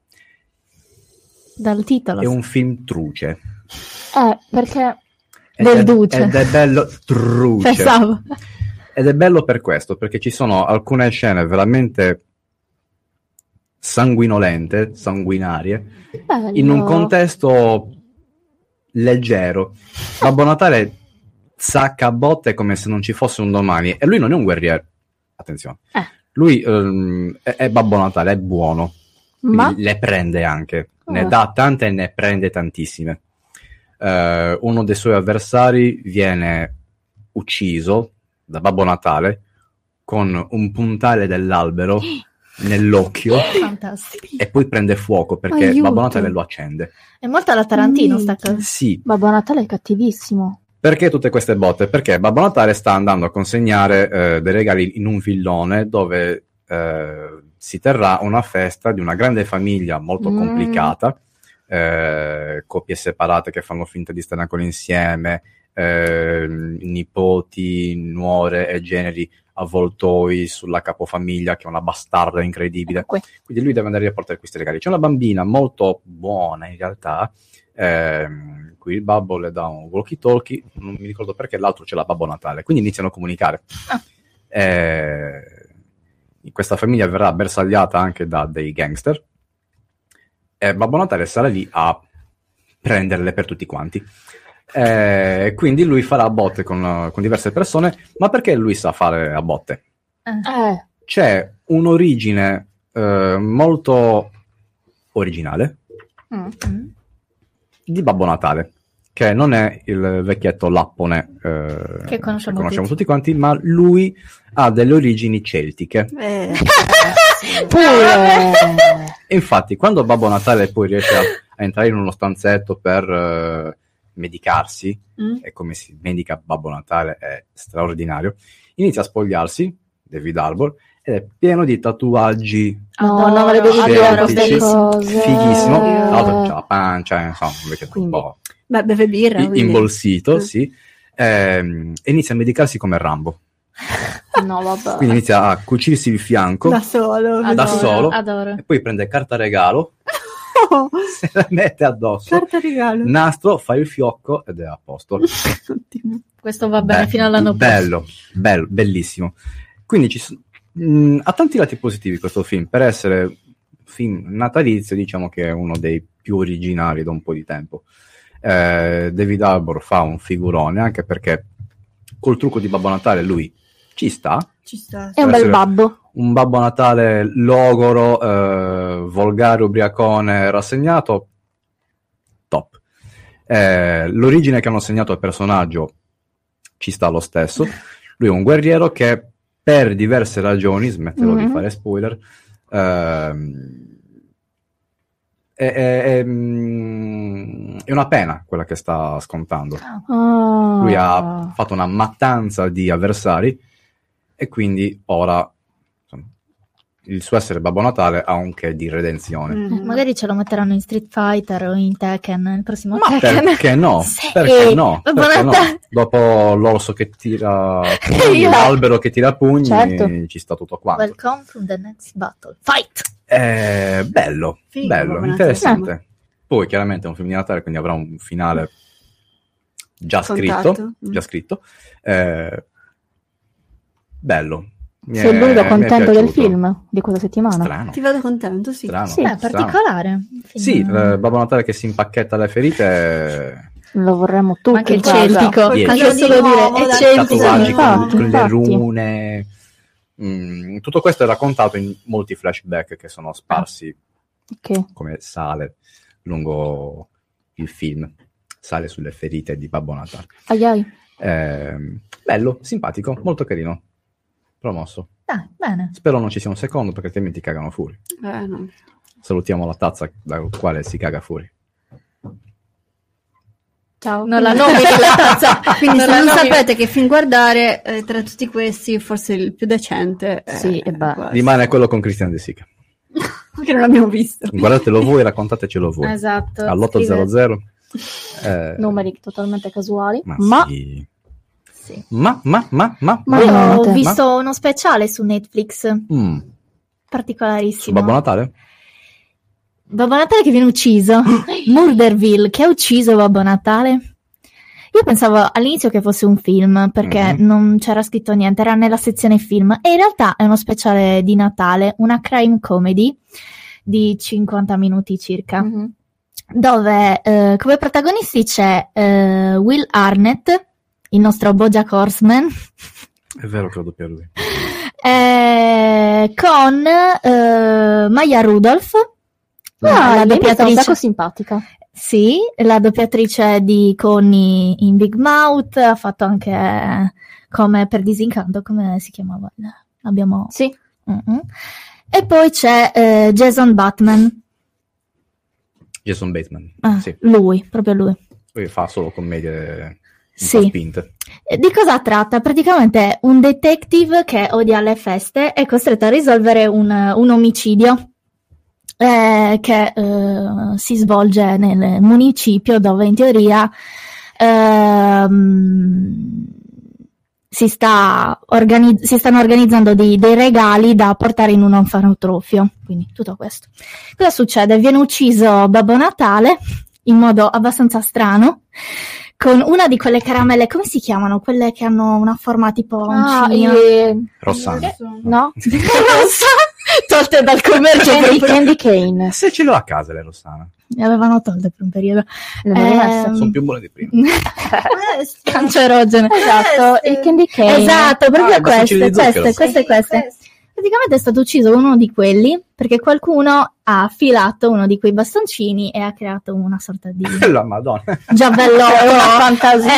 Dal titolo. È un film truce. Eh, perché... Ed del è, duce. Ed è bello truce. Pensavo. Ed è bello per questo, perché ci sono alcune scene veramente sanguinolente, sanguinarie, bello. In un contesto leggero. Babbo Natale sacca a botte come se non ci fosse un domani, e lui non è un guerriero, attenzione, eh. lui um, è, è Babbo Natale, è buono, ma le prende anche, oh. ne dà tante e ne prende tantissime. Uh, uno dei suoi avversari viene ucciso da Babbo Natale con un puntale dell'albero nell'occhio. Fantastico. E poi prende fuoco perché Aiuto. Babbo Natale lo accende. È molto alla Tarantino mm. sta cosa. Sì. Babbo Natale è cattivissimo. Perché tutte queste botte? Perché Babbo Natale sta andando a consegnare eh, dei regali in un villone dove eh, si terrà una festa di una grande famiglia molto mm. complicata, eh, coppie separate che fanno finta di stare ancora insieme, eh, nipoti, nuore e generi avvoltoi sulla capofamiglia che è una bastarda incredibile. Okay. Quindi lui deve andare a portare questi regali. C'è una bambina molto buona in realtà, ehm, qui il babbo le dà un walkie talkie, non mi ricordo perché, l'altro c'è la Babbo Natale, quindi iniziano a comunicare. Ah. Eh, questa famiglia verrà bersagliata anche da dei gangster e Babbo Natale sarà lì a prenderle per tutti quanti. Eh, quindi lui farà a botte con, con diverse persone, ma perché lui sa fare a botte? Eh. C'è un'origine eh, molto originale Mm. di Babbo Natale, che non è il vecchietto lappone eh, che conosciamo, che conosciamo tutti. tutti quanti, ma lui ha delle origini celtiche. Eh. Pure. E infatti, quando Babbo Natale poi riesce a, a entrare in uno stanzetto per eh, medicarsi, Mm. e come si medica Babbo Natale è straordinario, inizia a spogliarsi, David Harbour, ed è pieno di tatuaggi No, no, me le devi dire queste celtici, cose. fighissimo. Tra l'altro c'ha la pancia, insomma, invece è un po' Beh, beve birra. i- quindi. imbolsito, Mm. sì. Ehm, e inizia a medicarsi come Rambo. No, vabbè. Quindi inizia a cucirsi il fianco Da solo. da Adoro, solo, adoro. e poi prende carta regalo, Oh, se la mette addosso, carta regalo. nastro, fa il fiocco ed è a posto. Ottimo. Questo va bene Beh, fino all'anno prossimo. bello, bello, bellissimo. Quindi ci sono mh, ha tanti lati positivi questo film. Per essere film natalizio, diciamo che è uno dei più originali da un po' di tempo. Eh, David Harbour fa un figurone, anche perché col trucco di Babbo Natale lui ci sta. Ci sta. È un bel babbo. Un Babbo Natale logoro, eh, volgare, ubriacone, rassegnato, top. Eh, l'origine che hanno assegnato al personaggio ci sta lo stesso. Lui è un guerriero che per diverse ragioni, smetterò Mhm. di fare spoiler, ehm, è, è- è, mm, è una pena quella che sta scontando. Ah. Lui ha fatto una mattanza di avversari e quindi ora, insomma, il suo essere Babbo Natale ha un che di redenzione. Mm. Magari ce lo metteranno in Street Fighter o in Tekken, il prossimo Ma Tekken. perché no? Sì. Perché no? Babbo Perché no? Natale. Dopo l'orso che tira pugni, Io- l'albero che tira pugni, Certo. ci sta tutto quanto. Welcome from the next battle. Fight! Eh, bello, Figo, bello, Babbo interessante. Poi chiaramente è un film di Natale, quindi avrà un finale già Scontato. scritto, Mm. già scritto. Eh, bello. Mi Sei è- l'unico mi è contento del piaciuto. film di questa settimana. Strano. Ti vedo contento, sì. Strano. Sì. Beh, strano. particolare. Sì, eh, Babbo Natale che si impacchetta le ferite, Lo vorremmo tutti. Ma anche in casa. celtico. Yes. Anche solo Nuovo, dire, è dai. celtico. tatuaggi con, infatti, con le infatti. rune. Mm, tutto questo è raccontato in molti flashback che sono sparsi Ok. come sale lungo il film. Sale sulle ferite di Babbo Natale. Ai ai. Eh, bello, simpatico, molto carino. Promosso. Dai, bene. Spero non ci sia un secondo perché altrimenti cagano fuori. Eh, no. Salutiamo la tazza dal quale si caga fuori. Ciao. Non la nomini la tazza. Quindi Non se la non nomini. sapete che film guardare, eh, tra tutti questi forse il più decente è Sì, e beh. questo. Rimane quello con Christian De Sica. Che non abbiamo visto. Guardatelo voi e raccontatecelo voi. Esatto. All'otto zero zero. Eh, Numeri totalmente casuali. ma, Ma, sì. Sì. ma, ma, ma, ma, Ma Io niente. ho visto uno speciale su Netflix, Mm. Su particolarissimo. Babbo Natale? Babbo Natale che viene ucciso. Murderville, che ha ucciso Babbo Natale. Io pensavo all'inizio che fosse un film, perché Mhm. non c'era scritto niente, era nella sezione film. E in realtà è uno speciale di Natale, una crime comedy di cinquanta minuti circa, Mhm. dove eh, come protagonisti c'è eh, Will Arnett, il nostro BoJack Horseman, È vero che lo doppia lui. eh, con eh, Maya Rudolph, Ah, la lei mi sta un doppiatrice. sacco simpatica. Sì, la doppiatrice di Connie in Big Mouth, ha fatto anche eh, come per Disincanto, come si chiamava? Abbiamo... Sì. Mm-mm. E poi c'è eh, Jason Bateman, Jason Bateman. Ah, Sì. lui, proprio lui. Lui fa solo commedie un Sì. po' spinte. E di cosa tratta? Praticamente è un detective che odia le feste, è costretto a risolvere un, un omicidio eh, che eh, si svolge nel municipio dove in teoria ehm, si, sta organi- si stanno organizzando dei, dei regali da portare in un orfanotrofio. Quindi tutto questo. Cosa succede? Viene ucciso Babbo Natale in modo abbastanza strano, con una di quelle caramelle, come si chiamano? Quelle che hanno una forma tipo un Ah, cigno. e- Rossana. No? Rossa, tolte dal commercio. Candy, per- Candy Cane. Se ce l'ho a casa le Rossana. Le avevano tolte per un periodo. Le avevo messe. Ehm, Sono più buone di prima. Cancerogene. Esatto, il Candy Cane. Esatto, proprio Ah, i bastoncini queste, di zucchero. queste, queste, queste. Praticamente è stato ucciso uno di quelli perché qualcuno ha affilato uno di quei bastoncini e ha creato una sorta di La Madonna. giavellotto. fantasia.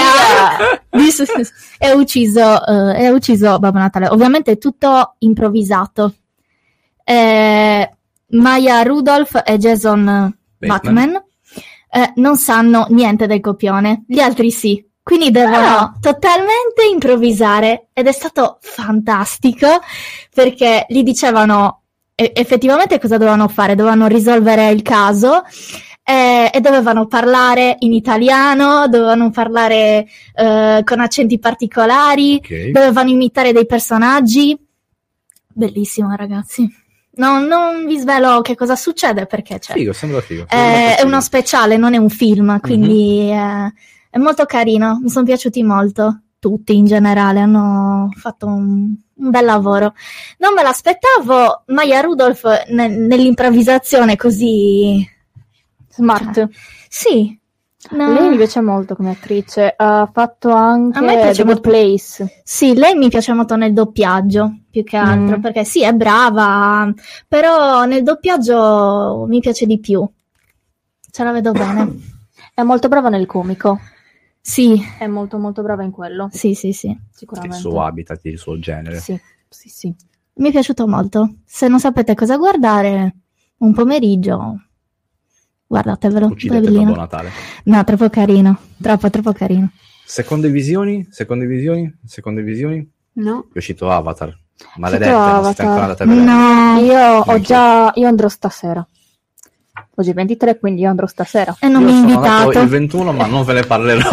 E ha ucciso, eh, e ha ucciso Babbo Natale. Ovviamente è tutto improvvisato. Eh, Maya Rudolph e Jason Bateman. Bateman eh, non sanno niente del copione, gli altri sì. Quindi devono Ah. totalmente improvvisare ed è stato fantastico perché gli dicevano e- effettivamente cosa dovevano fare, dovevano risolvere il caso eh, e dovevano parlare in italiano, dovevano parlare eh, con accenti particolari, Ok. dovevano imitare dei personaggi. Bellissimo, ragazzi. No, non vi svelo che cosa succede perché c'è. Figo, sembra figo. Eh, è uno speciale, non è un film, quindi eh, è molto carino. Mi sono piaciuti molto. Tutti in generale hanno fatto un, un bel lavoro. Non me l'aspettavo. Maya Rudolph ne- nell'improvvisazione così Smart. sì. No. Lei mi piace molto come attrice. Ha fatto anche A me piace The Good molto. Place. Sì, lei mi piace molto nel doppiaggio, più che altro, Mm. perché sì, è brava, però nel doppiaggio mi piace di più. Ce la vedo bene. È molto brava nel comico. Sì, È molto molto brava in quello. sì, sì, sì. Il Sicuramente. suo habitat, il suo genere. Sì, sì, sì. Mi è piaciuto molto. Se non sapete cosa guardare, un pomeriggio, guardatevelo. Uccidete bellino. Babbo Natale. No, troppo carino, troppo, troppo carino. Seconde visioni? Seconde visioni? Seconde visioni? No. È uscito Avatar. Maledette, Uscito non siete ancora Avatar. andate a vedere. No, Io ho Neanche già. Io andrò stasera. Oggi è ventitré, quindi io andrò stasera. e non Io mi ha sono andato invitato. il ventuno, ma non ve ne parlerò.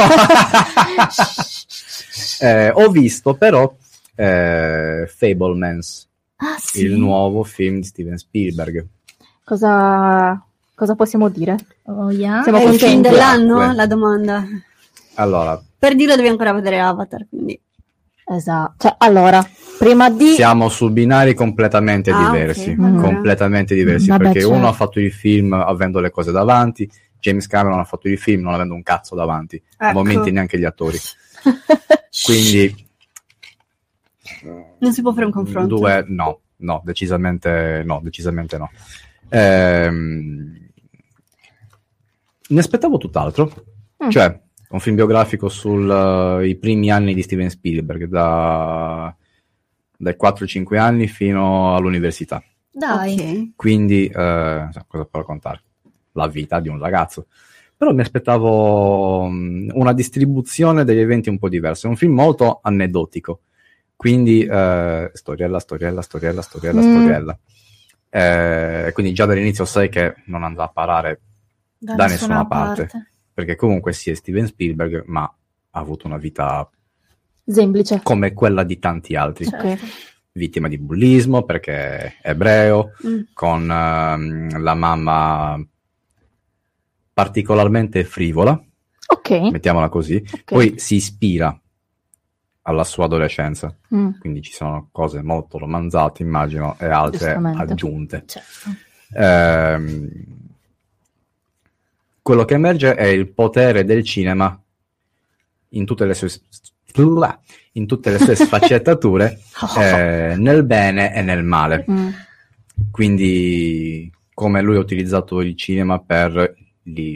Eh, ho visto però eh, Fablemans, Ah, sì. il nuovo film di Steven Spielberg. Cosa, cosa possiamo dire? Oh, yeah. Siamo È il film contenti. dell'anno? Acque. La domanda. Allora, Per dirlo devi ancora vedere Avatar, quindi. Esatto. Cioè, allora, prima di. siamo su binari completamente Ah, diversi, ok, allora. completamente diversi, Vabbè, perché certo. uno ha fatto il film avendo le cose davanti, James Cameron ha fatto il film non avendo un cazzo davanti, a Ecco. momenti neanche gli attori. Quindi Non si può fare un confronto. due no, no, decisamente no, decisamente no. Ehm, ne aspettavo tutt'altro, Mm. cioè un film biografico sui primi anni di Steven Spielberg, da, dai quattro cinque anni fino all'università. Dai. Ok. Quindi, eh, so, cosa può raccontare? La vita di un ragazzo. Però mi aspettavo um, una distribuzione degli eventi un po' diversa. È un film molto aneddotico. Quindi, eh, storiella, storiella, storiella, storiella, Mm. storiella. Eh, quindi già dall'inizio sai che non andrà a parare da, nessuna parte. Perché comunque sì, è Steven Spielberg, ma ha avuto una vita Semplice. come quella di tanti altri. Ok. Vittima di bullismo perché è ebreo, Mm. con ehm, la mamma particolarmente frivola, Ok. mettiamola così. Ok. Poi si ispira alla sua adolescenza, Mm. quindi ci sono cose molto romanzate, immagino, e altre Giustamente. aggiunte. Certo. Ehm, quello che emerge è il potere del cinema in tutte le sue in tutte le sue sfaccettature, eh, nel bene e nel male. Mm. Quindi come lui ha utilizzato il cinema per li,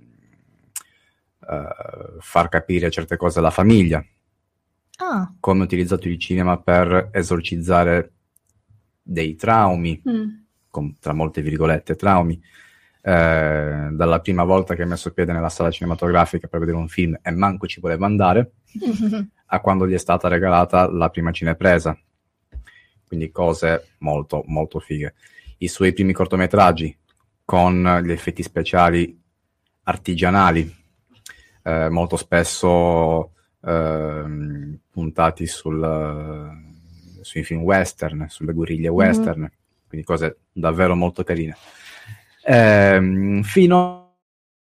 eh, far capire certe cose alla famiglia, Ah, come ha utilizzato il cinema per esorcizzare dei traumi, Mm. con, tra molte virgolette traumi, eh, dalla prima volta che ha messo piede nella sala cinematografica per vedere un film e manco ci voleva andare, a quando gli è stata regalata la prima cinepresa. Quindi cose molto molto fighe. I suoi primi cortometraggi con gli effetti speciali artigianali, eh, molto spesso ehm, puntati sul, sui film western, sulle guerriglie western, mm-hmm. quindi cose davvero molto carine. Ehm, fino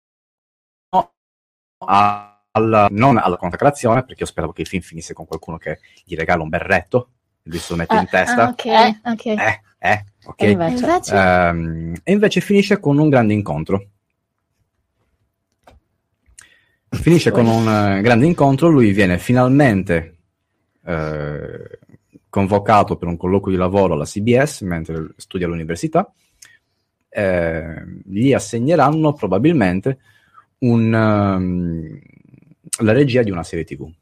a Alla, non alla consacrazione, perché io speravo che il film finisse con qualcuno che gli regala un berretto e lui se lo mette ah, in testa. Ah, ok, Eh. ok. Eh, eh, ok. E invece? Invece? Ehm, e invece finisce con un grande incontro. Finisce con un eh, grande incontro, lui viene finalmente eh, convocato per un colloquio di lavoro alla C B S mentre studia all'università. Eh, gli assegneranno probabilmente un, um, la regia di una serie tivù,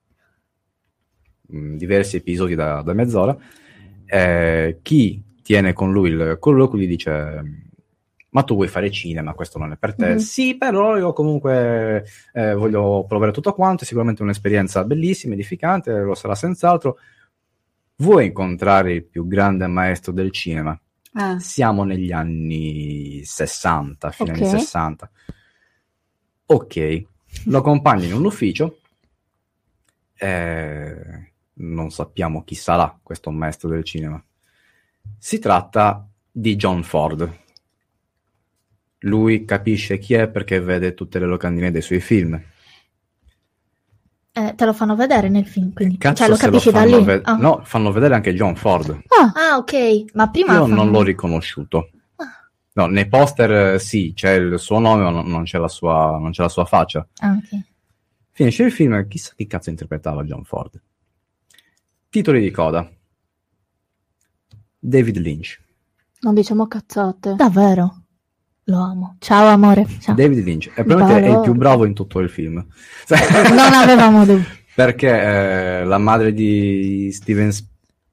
mm, diversi episodi da, da mezz'ora. Eh, chi tiene con lui il colloquio gli dice: ma tu vuoi fare cinema, questo non è per te? Mm-hmm. Sì, però io comunque eh, voglio provare tutto quanto, è sicuramente un'esperienza bellissima, edificante, lo sarà senz'altro. Vuoi incontrare il più grande maestro del cinema? Ah. Siamo negli anni sessanta, fine okay. anni sessanta. Ok, lo accompagno in un ufficio, eh, non sappiamo chi sarà questo maestro del cinema. Si tratta di John Ford. Lui capisce chi è perché vede tutte le locandine dei suoi film. Eh, te lo fanno vedere nel film, quindi Cazzo, cioè lo capisci lo da lì? Ve- ah. No, fanno vedere anche John Ford. Ah, ah ok, ma prima io fanno... non l'ho riconosciuto. Ah. No, nei poster sì, c'è il suo nome, ma non, non c'è la sua, non c'è la sua faccia. Ah, ok. Finisce il film, chissà chi cazzo interpretava John Ford. Titoli di coda: David Lynch. Non diciamo cazzate. Davvero? Lo amo. Ciao amore. Ciao. David Lynch. E probabilmente è il più bravo in tutto il film. Non avevamo dubbi. Perché eh, la madre di Steven Sp-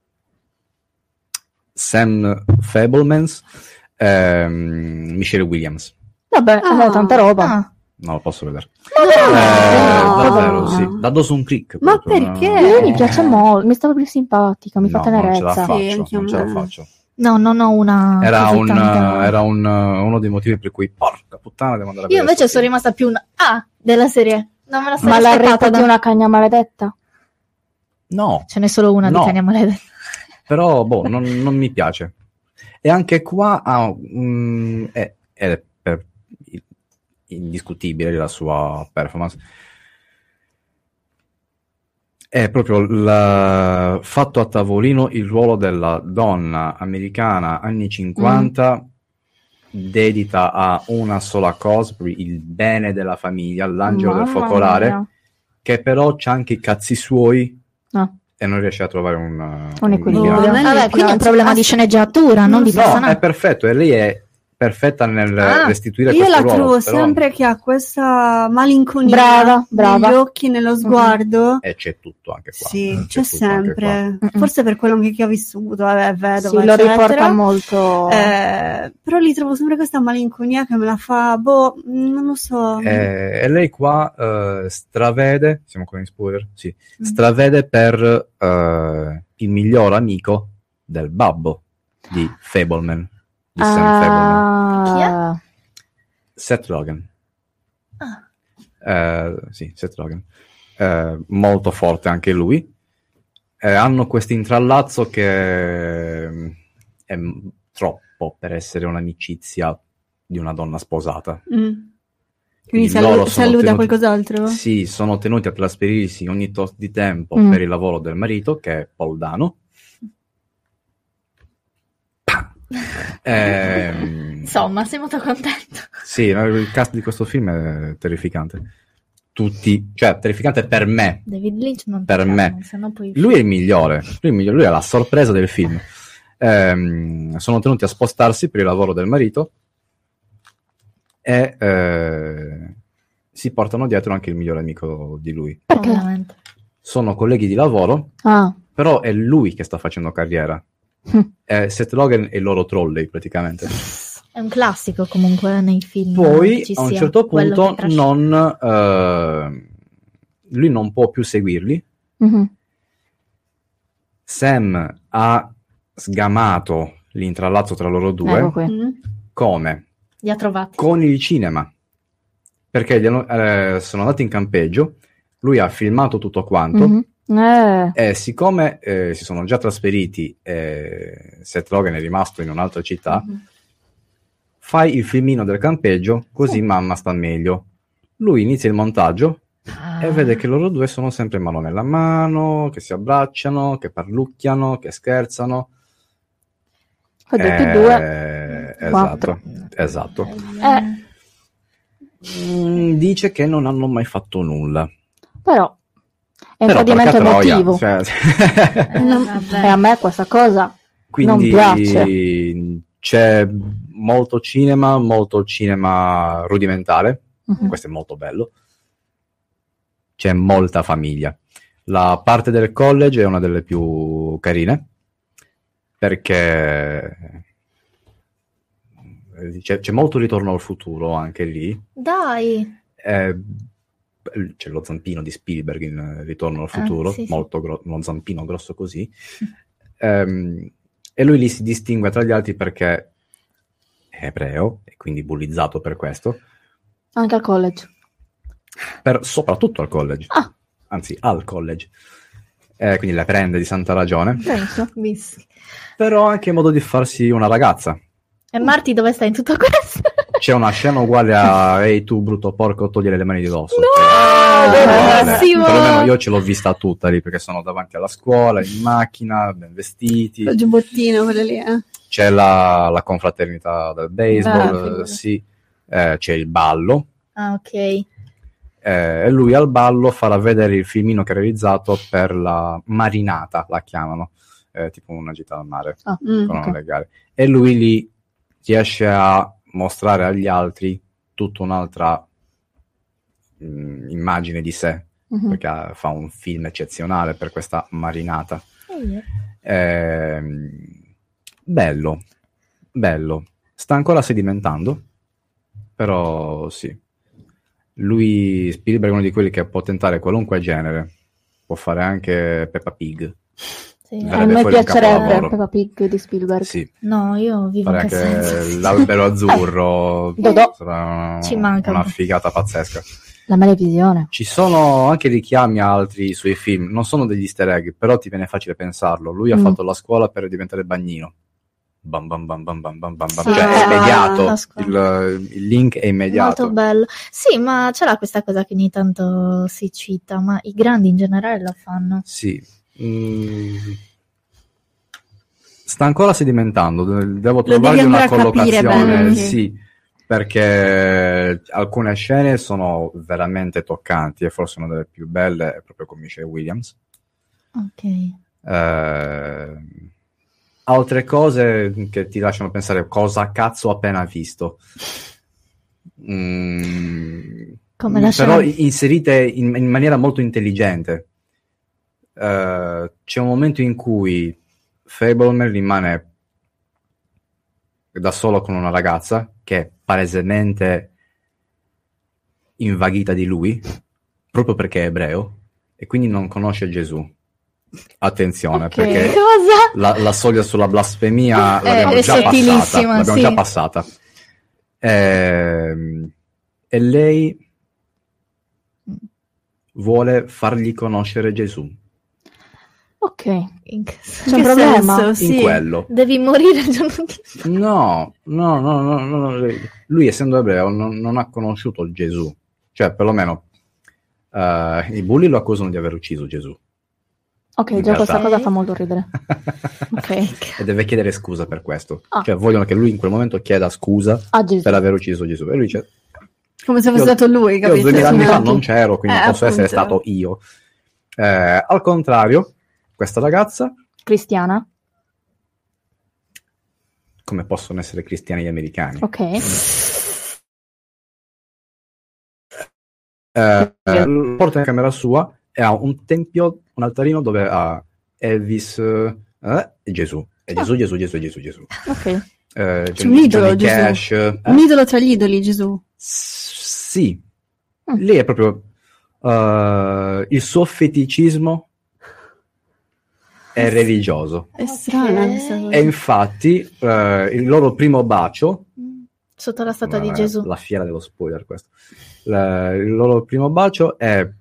Sam Fablemans, ehm, Michelle Williams. Vabbè, ah, tanta roba. Ah. Non lo posso vedere. No, eh, no. Davvero, sì. Da Dawson Creek. Ma proprio, perché? No. Mi piace molto, mi stava più simpatica, mi no, fa tenerezza. Non ce la faccio, sì, non ce la faccio. No, non ho una... Era, un, uh, era un, uh, uno dei motivi per cui, porca puttana, devo andare a vedere. Io invece sono rimasta più una A della serie. Non me la sarei Ma la aspettata rete da... di una cagna maledetta? No. Ce n'è solo una no. di cagna maledetta. Però, boh, non, non mi piace. E anche qua ha um, è, è per, indiscutibile la sua performance. È proprio il fatto a tavolino il ruolo della donna americana anni cinquanta mm. dedita a una sola cosa, il bene della famiglia, l'angelo Mamma del focolare, mia. che però c'ha anche i cazzi suoi ah. e non riesce a trovare un, un equilibrio. un Vabbè, quindi è un problema di sceneggiatura, non di no, personaggio. è perfetto, e lei è perfetta nel ah, restituire io questo la ruolo. trovo però... sempre che ha questa malinconia brava, brava. negli occhi, nello sguardo. E c'è tutto anche qua. Sì, c'è, c'è sempre. Forse per quello anche che ha vissuto, vabbè, vedova, sì, lo eccetera. riporta molto. Eh, però li trovo sempre questa malinconia che me la fa, boh, non lo so. Eh, e lei qua uh, stravede, siamo ancora in spoiler? Sì, mm. stravede per uh, il miglior amico del babbo di Fableman. Di Sam ah, Fableman. Chi è? Seth Rogen. Ah. Eh, sì, Seth Rogen. Eh, molto forte anche lui. Eh, hanno questo intrallazzo che è troppo per essere un'amicizia di una donna sposata. Mm. Quindi si allude, si allude tenuti, a qualcos'altro? Sì, sono tenuti a trasferirsi ogni tot di tempo mm. per il lavoro del marito, che è Paul Dano. Eh, Insomma, sei molto contento. Sì, il cast di questo film è terrificante. Tutti, cioè terrificante per me. David Lynch non per piace, me. Sennò poi... Lui è il migliore. Lui è il migliore, lui è la sorpresa del film. Eh, sono tenuti a spostarsi per il lavoro del marito e eh, si portano dietro anche il migliore amico di lui. Perché? Sono colleghi di lavoro, ah. però è lui che sta facendo carriera. Eh, Seth Rogen è il loro trolley praticamente. È un classico comunque nei film. Poi a un certo punto non eh, lui non può più seguirli. Mm-hmm. Sam ha sgamato l'intrallazzo tra loro due. Ecco mm-hmm. Come? Li ha trovati con il cinema, perché gli hanno, eh, sono andati in campeggio, lui ha filmato tutto quanto. Mm-hmm. Eh. E siccome eh, si sono già trasferiti e Seth Rogen è rimasto in un'altra città, mm-hmm. fai il filmino del campeggio così oh. mamma sta meglio. Lui inizia il montaggio ah. e vede che loro due sono sempre mano nella mano, che si abbracciano, che parlucchiano, che scherzano. Ho detto eh, due esatto, esatto. Eh. Mm, dice che non hanno mai fatto nulla. Però È un Però, tradimento porca troia, emotivo. cioè- E non- e a me questa cosa Quindi non piace. c'è molto cinema, molto cinema rudimentale, Mhm. questo è molto bello. C'è molta famiglia. La parte del college è una delle più carine, perché c'è, c'è molto ritorno al futuro anche lì. Dai. Eh, c'è lo zampino di Spielberg in Ritorno al Ah, futuro, sì, sì. molto gro- uno zampino grosso così. Ehm, e lui lì si distingue tra gli altri perché è ebreo e quindi bullizzato per questo, Anche al college. per- soprattutto al college, Ah. anzi al college. Eh, quindi la prende di santa ragione, Penso. però ha anche modo di farsi una ragazza. E Marti dove sta in tutto questo? C'è una scena uguale a ehi tu brutto porco, togliere le mani di dosso. No, Cioè, uguale. bellissimo! Perlomeno io ce l'ho vista tutta lì perché sono davanti alla scuola, in macchina, ben vestiti. Il giubbottino, quello lì, eh. C'è la, la confraternita del Ah, baseball, figurati. eh, sì. Eh, c'è il ballo. Ah, ok. Eh, e lui al ballo farà vedere il filmino che ha realizzato per la marinata, la chiamano, eh, tipo una gita al mare, Ah, Mm. sono ok. le gare. E lui lì riesce a mostrare agli altri tutta un'altra mh, immagine di sé, Mhm. perché ha- fa un film eccezionale per questa marinata. Eh, Ehm, bello, bello. Sta ancora sedimentando, però sì. Lui, Spielberg, è uno di quelli che può tentare qualunque genere. Può fare anche Peppa Pig. Sì. A Verrebbe me fuori un piacerebbe capolavoro. Peppa Pig di Spielberg. Sì, No, io vivo fare in che anche senso? l'albero azzurro. Dodò. Sarà Ci manca una un po'. figata pazzesca. La Melevisione. Ci sono anche richiami a altri suoi film, non sono degli easter egg, però ti viene facile pensarlo. Lui ha Mm. fatto la scuola per diventare bagnino. Bam bam bam bam bam bam bam bam. Sì, Cioè è ah, immediato, la scuola. il, il link è immediato. Molto bello. Sì, ma ce l'ha questa cosa che ogni tanto si cita, ma i grandi in generale lo fanno. Sì. Mm. Sta ancora sedimentando, devo devi trovargli una andare a capire collocazione, bene. sì, perché alcune scene sono veramente toccanti e forse una delle più belle è proprio con Michelle Williams. Ok. Eh, altre cose che ti lasciano pensare cosa cazzo ho appena visto. Mm, Come la però scena- inserite in, in maniera molto intelligente. Eh, c'è un momento in cui Fableman rimane da solo con una ragazza che è palesemente invaghita di lui proprio perché è ebreo e quindi non conosce Gesù. Attenzione, Ok. perché Cosa? la, la soglia sulla blasfemia Eh, l'abbiamo è già passata, sottilissima, l'abbiamo sì. già passata. Ehm, e lei vuole fargli conoscere Gesù. Ok. In che C'è senso? un Che problema? senso? In Sì. quello. Devi morire il giorno di... No, no, no, no, no, no. Lui essendo ebreo non, non ha conosciuto Gesù. Cioè, perlomeno, eh, i bulli lo accusano di aver ucciso Gesù. Ok, In già questa realtà. cosa fa molto ridere. Ok. E deve chiedere scusa per questo. Ah. Cioè, vogliono che lui in quel momento chieda scusa A Gesù. per aver ucciso Gesù. E lui dice, Come se fosse Io- stato lui, io capito? duemila anni fa Sì. non c'ero, quindi Eh, posso essere appunto. stato io. Eh, al contrario, questa ragazza, Cristiana. come possono essere cristiani gli americani? Ok. Eh, eh, lo porta in camera sua e ha un tempio, un altarino dove ha Elvis eh, e Gesù. E Gesù, Gesù, Gesù, Gesù, Gesù. Ok. Eh, C'è un idolo, Johnny Gesù. Cash. eh? Un idolo tra gli idoli, Gesù. S- Sì. Mm. Lì è proprio eh, il suo feticismo è religioso. È strana Ok. questa cosa. E infatti eh, il loro primo bacio, Sotto la statua di la, Gesù. la fiera dello spoiler questo, La- il loro primo bacio è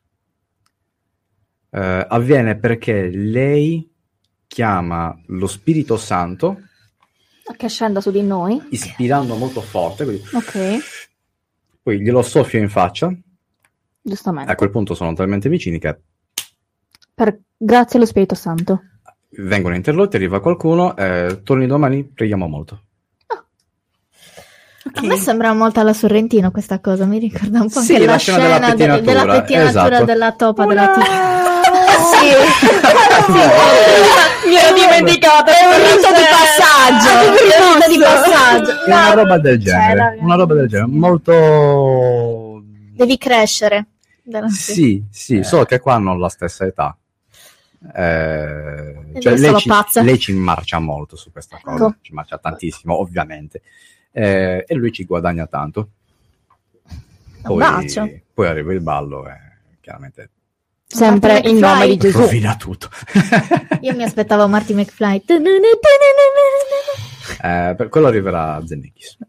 eh, avviene perché lei chiama lo Spirito Santo Che scenda su di noi. ispirando molto forte, quindi Ok. poi glielo soffia in faccia, Giustamente. a quel punto sono talmente vicini che Per... Grazie allo Spirito Santo. vengono interrotti, arriva qualcuno, eh, torni domani, preghiamo molto. A me sembra molto alla Sorrentino questa cosa, mi ricorda un po' Sì, anche la la scena scena della de- della pettinatura, pettinatura esatto. della topa della tigre. Mi ero dimenticato, è un rito di passaggio. È un rito di passaggio. È una roba del genere, una roba del genere, molto... Devi crescere. Sì, sì, solo che qua hanno la stessa età. Eh, cioè lei, ci, lei ci marcia molto su questa cosa, ecco. Ci marcia tantissimo, ovviamente. Eh, e lui ci guadagna tanto. Poi, poi arriva il ballo e chiaramente... Sempre in nome di Gesù. Rovina tutto. Io mi aspettavo Marty McFly. Eh, per quello arriverà Zemeckis.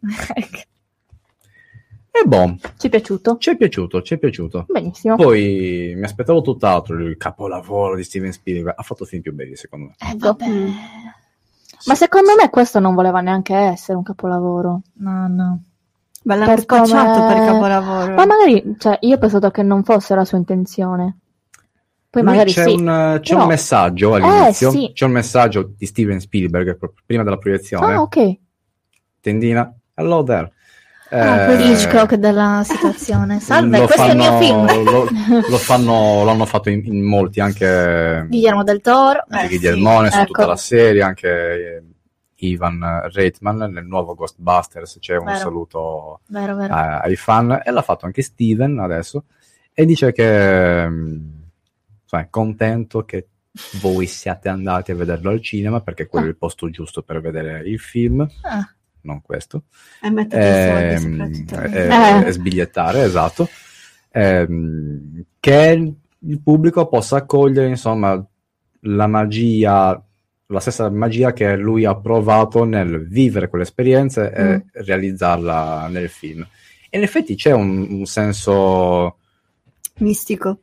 E boh. Ci è piaciuto? Ci è piaciuto, ci è piaciuto. Benissimo. Poi mi aspettavo tutt'altro, il capolavoro di Steven Spielberg. Ha fatto film più belli, secondo me. Eh, vabbè. Mm. Ma secondo me questo non voleva neanche essere un capolavoro. No, no. Ma l'hanno spacciato per capolavoro. Ma magari, cioè, io ho pensato che non fosse la sua intenzione. Poi Lui magari c'è sì. un, c'è Però... un messaggio all'inizio, eh, sì. c'è un messaggio di Steven Spielberg prima della proiezione. Ah, ok. Tendina, hello there. Ah, eh, Hitchcock della situazione. Salve, questo fanno, è il mio film. Lo, lo fanno, l'hanno fatto in, in molti, anche Guillermo del Toro. eh, Guillermone, sì. su Ecco. tutta la serie, anche eh, Ivan Reitman nel nuovo Ghostbusters. C'è un Vero. saluto Vero, vero. eh, ai fan, e l'ha fatto anche Steven adesso, e dice che mh, insomma, è contento che voi siate andati a vederlo al cinema, perché quello è il posto giusto per vedere il film. Ah. Non questo, e mettere i soldi soprattutto. e, Eh. e sbigliettare, esatto, ehm, che il pubblico possa accogliere, insomma, la magia, la stessa magia che lui ha provato nel vivere quelle esperienze e Mm. realizzarla nel film. E in effetti c'è un, un senso mistico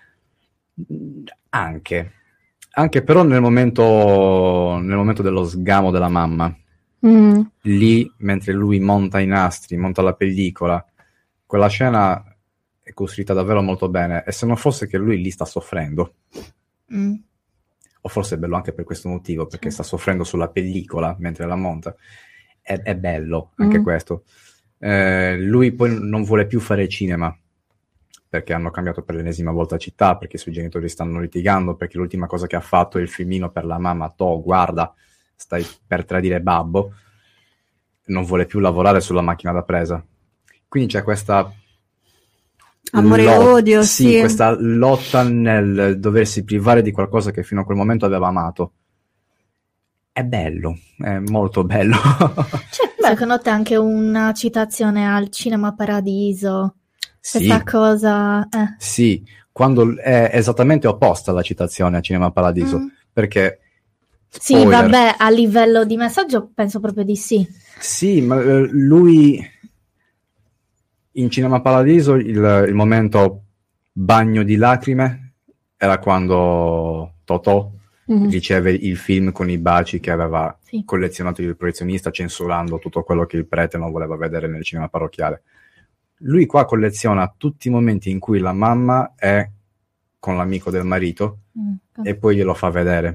anche, anche però nel momento, nel momento dello sgamo della mamma. Mm. Lì, mentre lui monta i nastri, monta la pellicola, quella scena è costruita davvero molto bene, e se non fosse che lui lì sta soffrendo, Mm. o forse è bello anche per questo motivo, perché sta soffrendo sulla pellicola mentre la monta, è, è bello anche Mm. questo. Eh, lui poi non vuole più fare cinema, perché hanno cambiato per l'ennesima volta città, perché i suoi genitori stanno litigando, perché l'ultima cosa che ha fatto è il filmino per la mamma, toh, guarda, stai per tradire babbo. Non vuole più lavorare sulla macchina da presa, quindi c'è questa amore e odio, sì, sì, questa lotta nel doversi privare di qualcosa che fino a quel momento aveva amato. È bello, è molto bello. C'è secondo te anche una citazione al Cinema Paradiso? Sì. Questa cosa... Eh. Sì, quando è esattamente opposta la citazione a Cinema Paradiso, Mm. perché Sì, spoiler. vabbè, a livello di messaggio penso proprio di sì. Sì, ma eh, lui in Cinema Paradiso il, il momento bagno di lacrime era quando Totò Mm. riceve il film con i baci che aveva Sì. collezionato il collezionista, censurando tutto quello che il prete non voleva vedere nel cinema parrocchiale. Lui qua colleziona tutti i momenti in cui la mamma è con l'amico del marito Mm. e poi glielo fa vedere.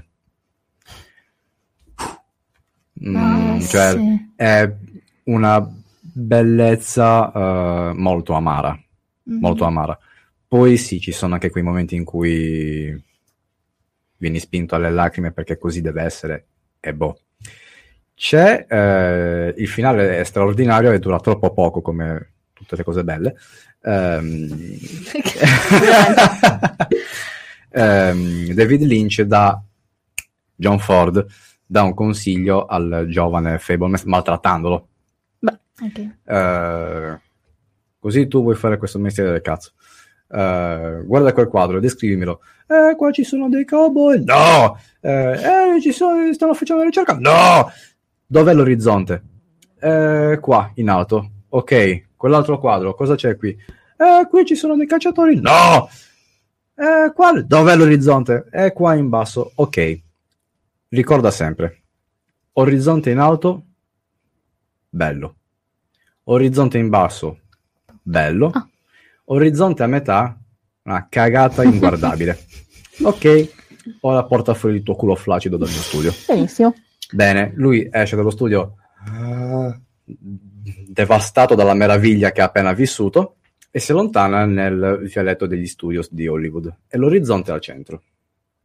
Mm, Ah, cioè sì. è una bellezza eh, molto amara, Mhm. molto amara. Poi sì, ci sono anche quei momenti in cui vieni spinto alle lacrime perché così deve essere, e boh. C'è eh, il finale è straordinario e dura troppo poco, come tutte le cose belle. Ehm, ehm, David Lynch dà John Ford dà un consiglio al giovane Fableman, maltrattandolo. Beh, ok. Eh, così tu vuoi fare questo mestiere del cazzo. Eh, guarda quel quadro, descrivimelo. Eh, qua ci sono dei cowboy? No! Eh, eh, ci sono, stanno facendo una ricerca? No! Dov'è l'orizzonte? Eh, qua, in alto. Ok, quell'altro quadro, cosa c'è qui? Eh, qui ci sono dei cacciatori? No! Eh, quale? Dov'è l'orizzonte? È qua in basso. Ok. Ricorda sempre. Orizzonte in alto, bello. Orizzonte in basso, bello. Ah. Orizzonte a metà, una cagata inguardabile. Ok, ora porta fuori il tuo culo flaccido dal mio studio. Benissimo. Bene, lui esce dallo studio uh, devastato dalla meraviglia che ha appena vissuto e si allontana nel vialetto degli studios di Hollywood e l'orizzonte al centro.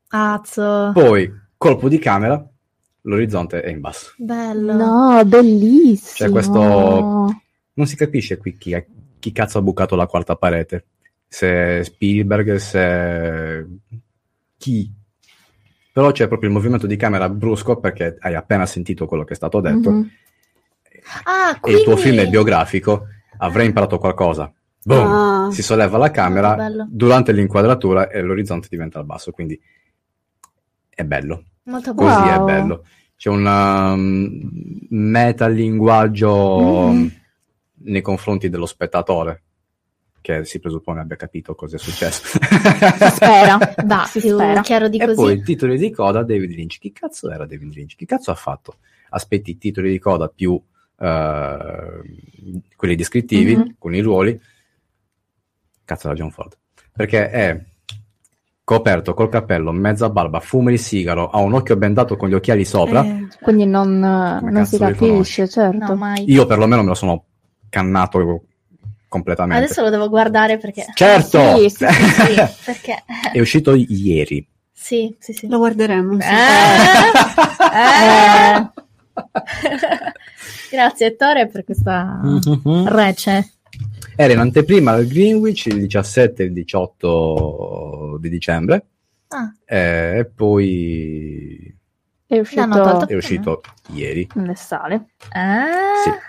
Azzo. Poi, colpo di camera, l'orizzonte è in basso. Bello. No, bellissimo. Cioè questo... Non si capisce qui chi, chi cazzo ha bucato la quarta parete. Se Spielberg, se... chi... Però c'è proprio il movimento di camera brusco perché hai appena sentito quello che è stato detto. Mm-hmm. Ah, e quindi... il tuo film è biografico, avrai imparato qualcosa. Boom! Ah. Si solleva la camera Bello. durante l'inquadratura e l'orizzonte diventa al basso, quindi è bello. Molto Così bello. è Wow. bello. C'è un um, metalinguaggio Mm. nei confronti dello spettatore, che si presuppone abbia capito cosa è successo. Si spera. Va, Si più spera. chiaro di E così. poi i titoli di coda David Lynch. Chi cazzo era David Lynch? Chi cazzo ha fatto? Aspetti i titoli di coda più eh, quelli descrittivi, Mhm. con i ruoli. Cazzo era John Ford. Perché è coperto col cappello, mezza barba, fuma il sigaro, ha un occhio bendato con gli occhiali sopra. Eh, Quindi non, non cazzo si li capisce, certo. no, mai. Io perlomeno me lo sono cannato completamente. Adesso lo devo guardare perché... Certo! Sì, sì, sì, Sì, perché... È uscito ieri. Sì, sì, sì. Lo guarderemo. sì. Eh, eh. Grazie Ettore per questa rece. Era in anteprima al Greenwich il diciassette e il diciotto di dicembre. Ah, Eh, e poi È L'hanno uscito tolto. è uscito ieri. nelle sale. ah. Sì.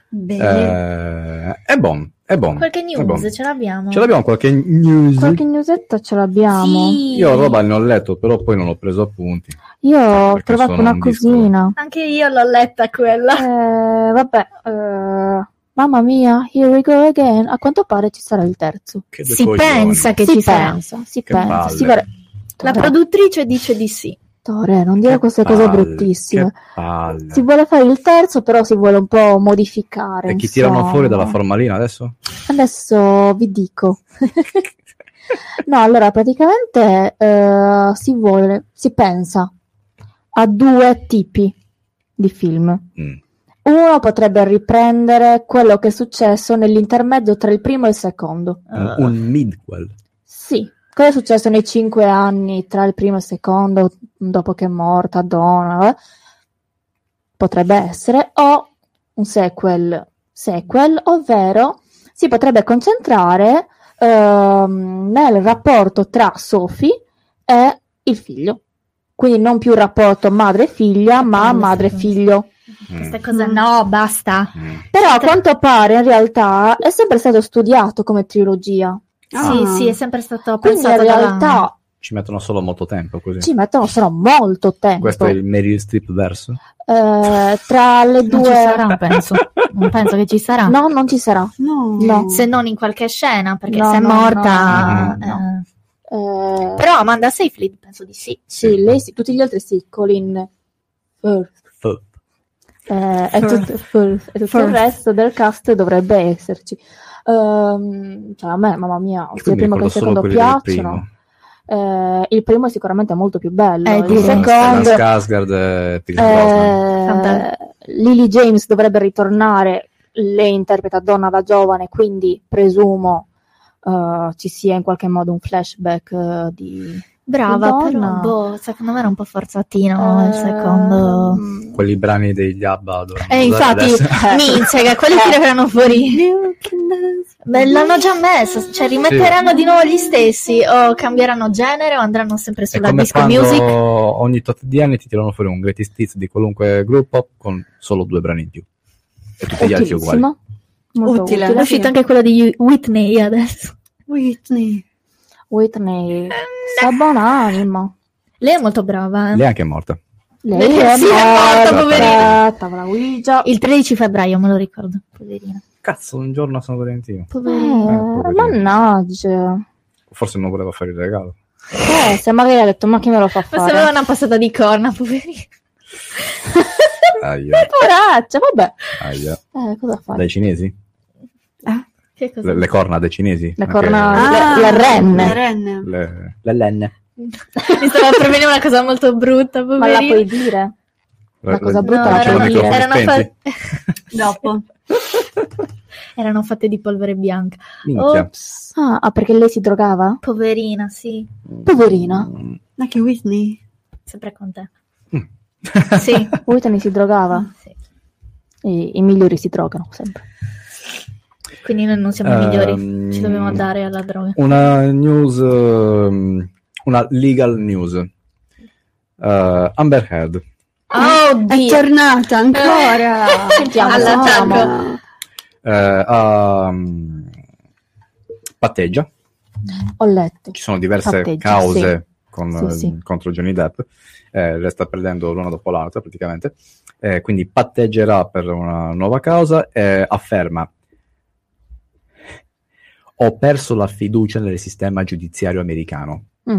Bene. Eh, è buon, è buon. Qualche è news buon. ce l'abbiamo? Ce l'abbiamo qualche news. Qualche newsetta ce l'abbiamo. Sì. Io roba ne ho letto, però poi non ho preso appunti. Io ho Perché trovato sono una un disco. cosina. Anche io l'ho letta quella. Eh, vabbè, eh, mamma mia, here we go again. A quanto pare ci sarà il terzo. Che due Si coglioni. pensa che si ci sarà. pensa, si Che pensa. palle. Si pare... La Tore, produttrice dice di sì. Tore, non dire Che queste cose palle, bruttissime. Che palle. Si vuole fare il terzo, però si vuole un po' modificare. E chi insomma. tirano fuori dalla formalina adesso? Adesso vi dico. No, allora praticamente eh, si vuole, si pensa a due tipi di film. Mm. Uno potrebbe riprendere quello che è successo nell'intermezzo tra il primo e il secondo. Un, un midquel. Sì, cosa è successo nei cinque anni tra il primo e il secondo, dopo che è morta Donna, eh? Potrebbe essere, o un sequel, sequel, ovvero si potrebbe concentrare ehm, nel rapporto tra Sophie e il figlio. Quindi non più rapporto madre-figlia, ma Bello, madre-figlio. Queste cose no, basta. Mm. Però a quanto pare in realtà è sempre stato studiato come trilogia. Ah. Sì, sì, è sempre stato Quindi in pensato dalla- realtà Ci mettono solo molto tempo così. ci mettono solo molto tempo. Questo è il Meryl Streep verso. Eh, tra le Non due... ci sarà, penso. Non penso che ci sarà. No, non ci sarà. No. No. Se non in qualche scena, perché No, se è no, morta... no, eh. Eh, Però Amanda Seyfried penso di sì. sì, lei sì, tutti gli altri sì, Colin Firth. F- Eh, e Firth. tutto, Firth, e tutto il Firth. resto del cast dovrebbe esserci. Ehm, cioè a me, mamma mia, Io sia il mi primo che il ricordo solo secondo quelli del piacciono. primo. Eh, il primo è sicuramente molto più bello. Eh, il direi. Stellan secondo, Skarsgård e Pierce Brosnan. eh, Lily James dovrebbe ritornare. Lei interpreta Donna da giovane, quindi presumo eh, ci sia in qualche modo un flashback eh, di Brava, Madonna. però boh, secondo me era un po' forzatino il secondo. Ehm, Quelli brani degli ABBA. dovevano E usare infatti, adesso. minchia, che quelli tirano fuori. Beh, l'hanno già messo, cioè rimetteranno Sì. di nuovo gli stessi o cambieranno genere o andranno sempre È sulla come disco quando music. ogni tot di anni ti tirano fuori un greatest hits di qualunque gruppo con solo due brani in più. E tutti gli altri uguali. utilissimo. Molto Utile. utile. È uscito anche quello di Whitney adesso. Whitney. Whitney, sa buon'anima. Lei è molto brava. eh. Lei è anche morta. Lei Sì, è è morta, morta, poverina. tavola Ouija. Il tredici febbraio, me lo ricordo. Poverina. Cazzo, un giorno a San Valentino. Eh, Poverina. mannaggia. Forse non voleva fare il regalo. Eh, se magari ha detto, ma chi me lo fa Forse aveva fare? una passata di corna, poverina. Aia, Poraccia, vabbè. aia. Eh, cosa fai? Dai cinesi? Che cosa? Le, le corna dei cinesi? Le Anche- corna, Ah, le, le renne. le renne. Le, le lenne. Mi stava per venire una cosa molto brutta, Ma la poverina. puoi dire? Una Le- cosa le- brutta No, la facciamo puoi i erano, dire. microfoni erano spenti? fa- Dopo. erano fatte di polvere bianca. Minchia. Ops. Ah, ah, perché lei si drogava? Poverina, sì. Poverina. Anche Whitney. Sempre con te. Mm. Sì. Whitney si drogava? Sì. E i migliori si drogano sempre. Quindi noi non siamo i Um, migliori, ci dobbiamo dare alla droga. Una news, um, una legal news. Uh, Amber Heard. Oh, è tornata ancora. Sentiamo, all'attacco. Uh, um, patteggia. Ho letto. Ci sono diverse Patteggia, cause sì. con, Sì, sì. contro Johnny Depp. Eh, le sta prendendo l'una dopo l'altra praticamente. Eh, quindi patteggerà per una nuova causa e afferma: ho perso la fiducia nel sistema giudiziario americano. Mm.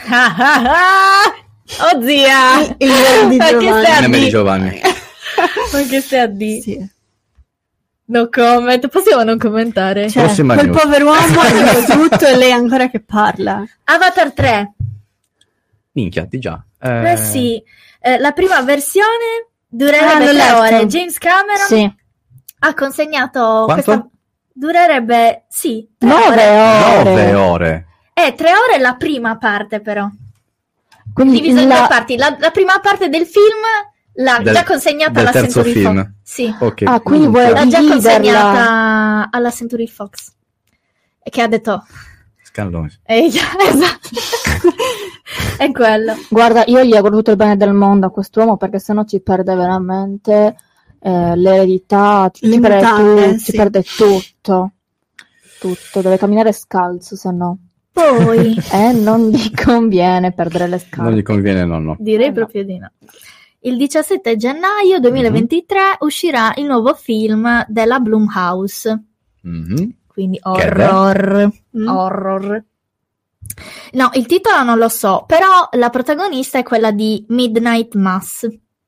Oh zia! Il nome di Ma che Giovanni. stai a Il nome di di? Giovanni. Ma che stai a di? Sì. No comment, possiamo non commentare? Cioè, Prossima quel news. povero uomo ha detto tutto e lei ancora che parla. Avatar tre. Minchia, di già. Eh, sì, eh, la prima versione Ah, durerebbe l'ho tre letto. ore. James Cameron Sì. ha consegnato Quanto? questa... Durerebbe, sì, tre Nove ore. ore. Nove ore. Eh, tre ore la prima parte però. Quindi Diviso in la- due parti. La, la prima parte del film l'ha Del- già consegnata del alla terzo Century film. Fox. Sì, Ok. Ah, quindi Minchia. vuole- l'ha già dividerla. consegnata alla Century Fox. E che ha detto... Scandaloso. Eh, già, esatto. È quello. Guarda, io gli auguro tutto il bene del mondo a quest'uomo perché sennò ci perde veramente eh, l'eredità, ci, Le ci perde, mutande, tu- sì. ci perde tutto. Tutto, deve camminare scalzo, se no. Poi Eh, non gli conviene perdere le Non scarpe. gli conviene, no, no. direi Eh, no. proprio di no. Il diciassette gennaio duemilaventitré uscirà il nuovo film della Blumhouse, Mhm. quindi Che è? horror. Mm. Horror. No, il titolo non lo so, però la protagonista è quella di Midnight Mass.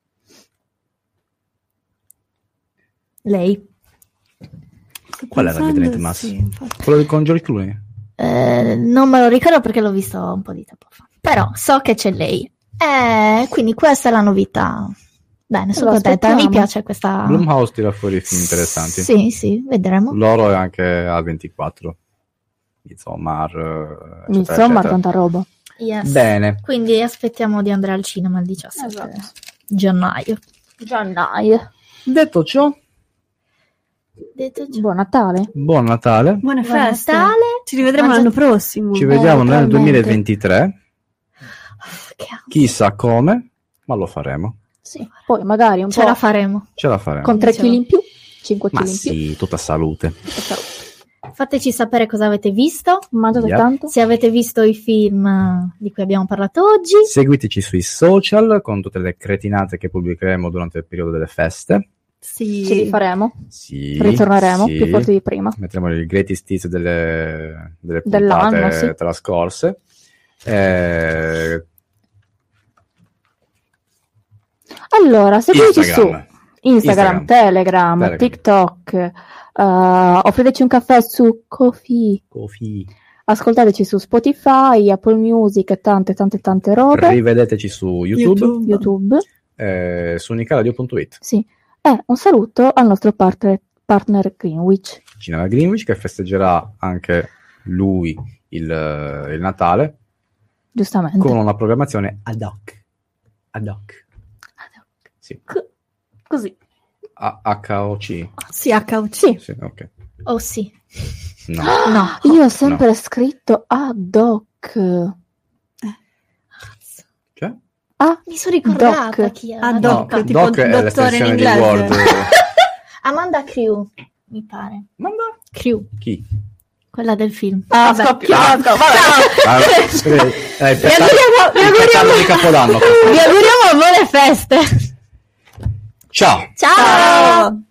Lei. Qual era Pensando, Midnight Mass? sì, infatti. Quello con George Clooney? Eh, non me lo ricordo perché l'ho visto un po' di tempo fa. Però so che c'è lei. Eh, quindi questa è la novità. Bene, sono Lo contenta. Mi aspettiamo. piace questa. Blumhouse tira fuori film interessanti. Sì, sì, vedremo. Loro è anche A ventiquattro. Midsommar, eh, eccetera, Insomma, eccetera. tanta roba. Yes. Bene. Quindi aspettiamo di andare al cinema il diciassette Esatto. gennaio. Gennaio. Detto ciò, Detto già. Buon Natale. buon Natale. Buone Buon feste. Natale. Ci rivedremo Mangia- l'anno prossimo. Ci vediamo nel naturalmente. duemilaventitré. Che ansia. Chissà come, ma lo faremo. Sì. Poi magari un Ce po' la faremo. Ce la faremo. con tre Diciamo. chili in più, cinque Ma chili in più. sì, tutta salute. Fateci sapere cosa avete visto. Mangiate Yep. tanto. Se avete visto i film eh, di cui abbiamo parlato oggi. Seguiteci sui social con tutte le cretinate che pubblicheremo durante il periodo delle feste. Sì. Ce li faremo. Sì, Ritorneremo sì. più forti di prima. Metteremo il greatest hits delle, delle Dell'anno, puntate sì. trascorse. Eh, Allora, seguiteci Instagram. su Instagram, Instagram. Telegram, Telegram. TikTok, eh, offriteci un caffè su Ko-fi, Coffee. ascoltateci su Spotify, Apple Music e tante tante tante robe, Rivedeteci su YouTube, YouTube. YouTube, eh, su unicaradio punto it. sì. E un saluto al nostro partner, partner Greenwich. Cinema Greenwich, che festeggerà anche lui il, il Natale Giustamente. con una programmazione ad hoc. Ad hoc. Sì. Così. A- H O C. Sì, H U C. Sì. Sì, ok. Oh sì. No. No. Io ho sempre scritto ad hoc. Cioè? Ah, Mi sono ricordata Doc. chi era. Ad No, hoc, tipo doc è dottore in l'estensione di inglese. Word. Amanda Crew, mi pare. Manda. Crew, Chi? quella del film. ah Vabbè. scoppiato. Vabbè. Ah, eh, Vi auguriamo, vi il auguriamo, di Capodanno. questo. vi auguriamo buone feste. Ciao. Ciao.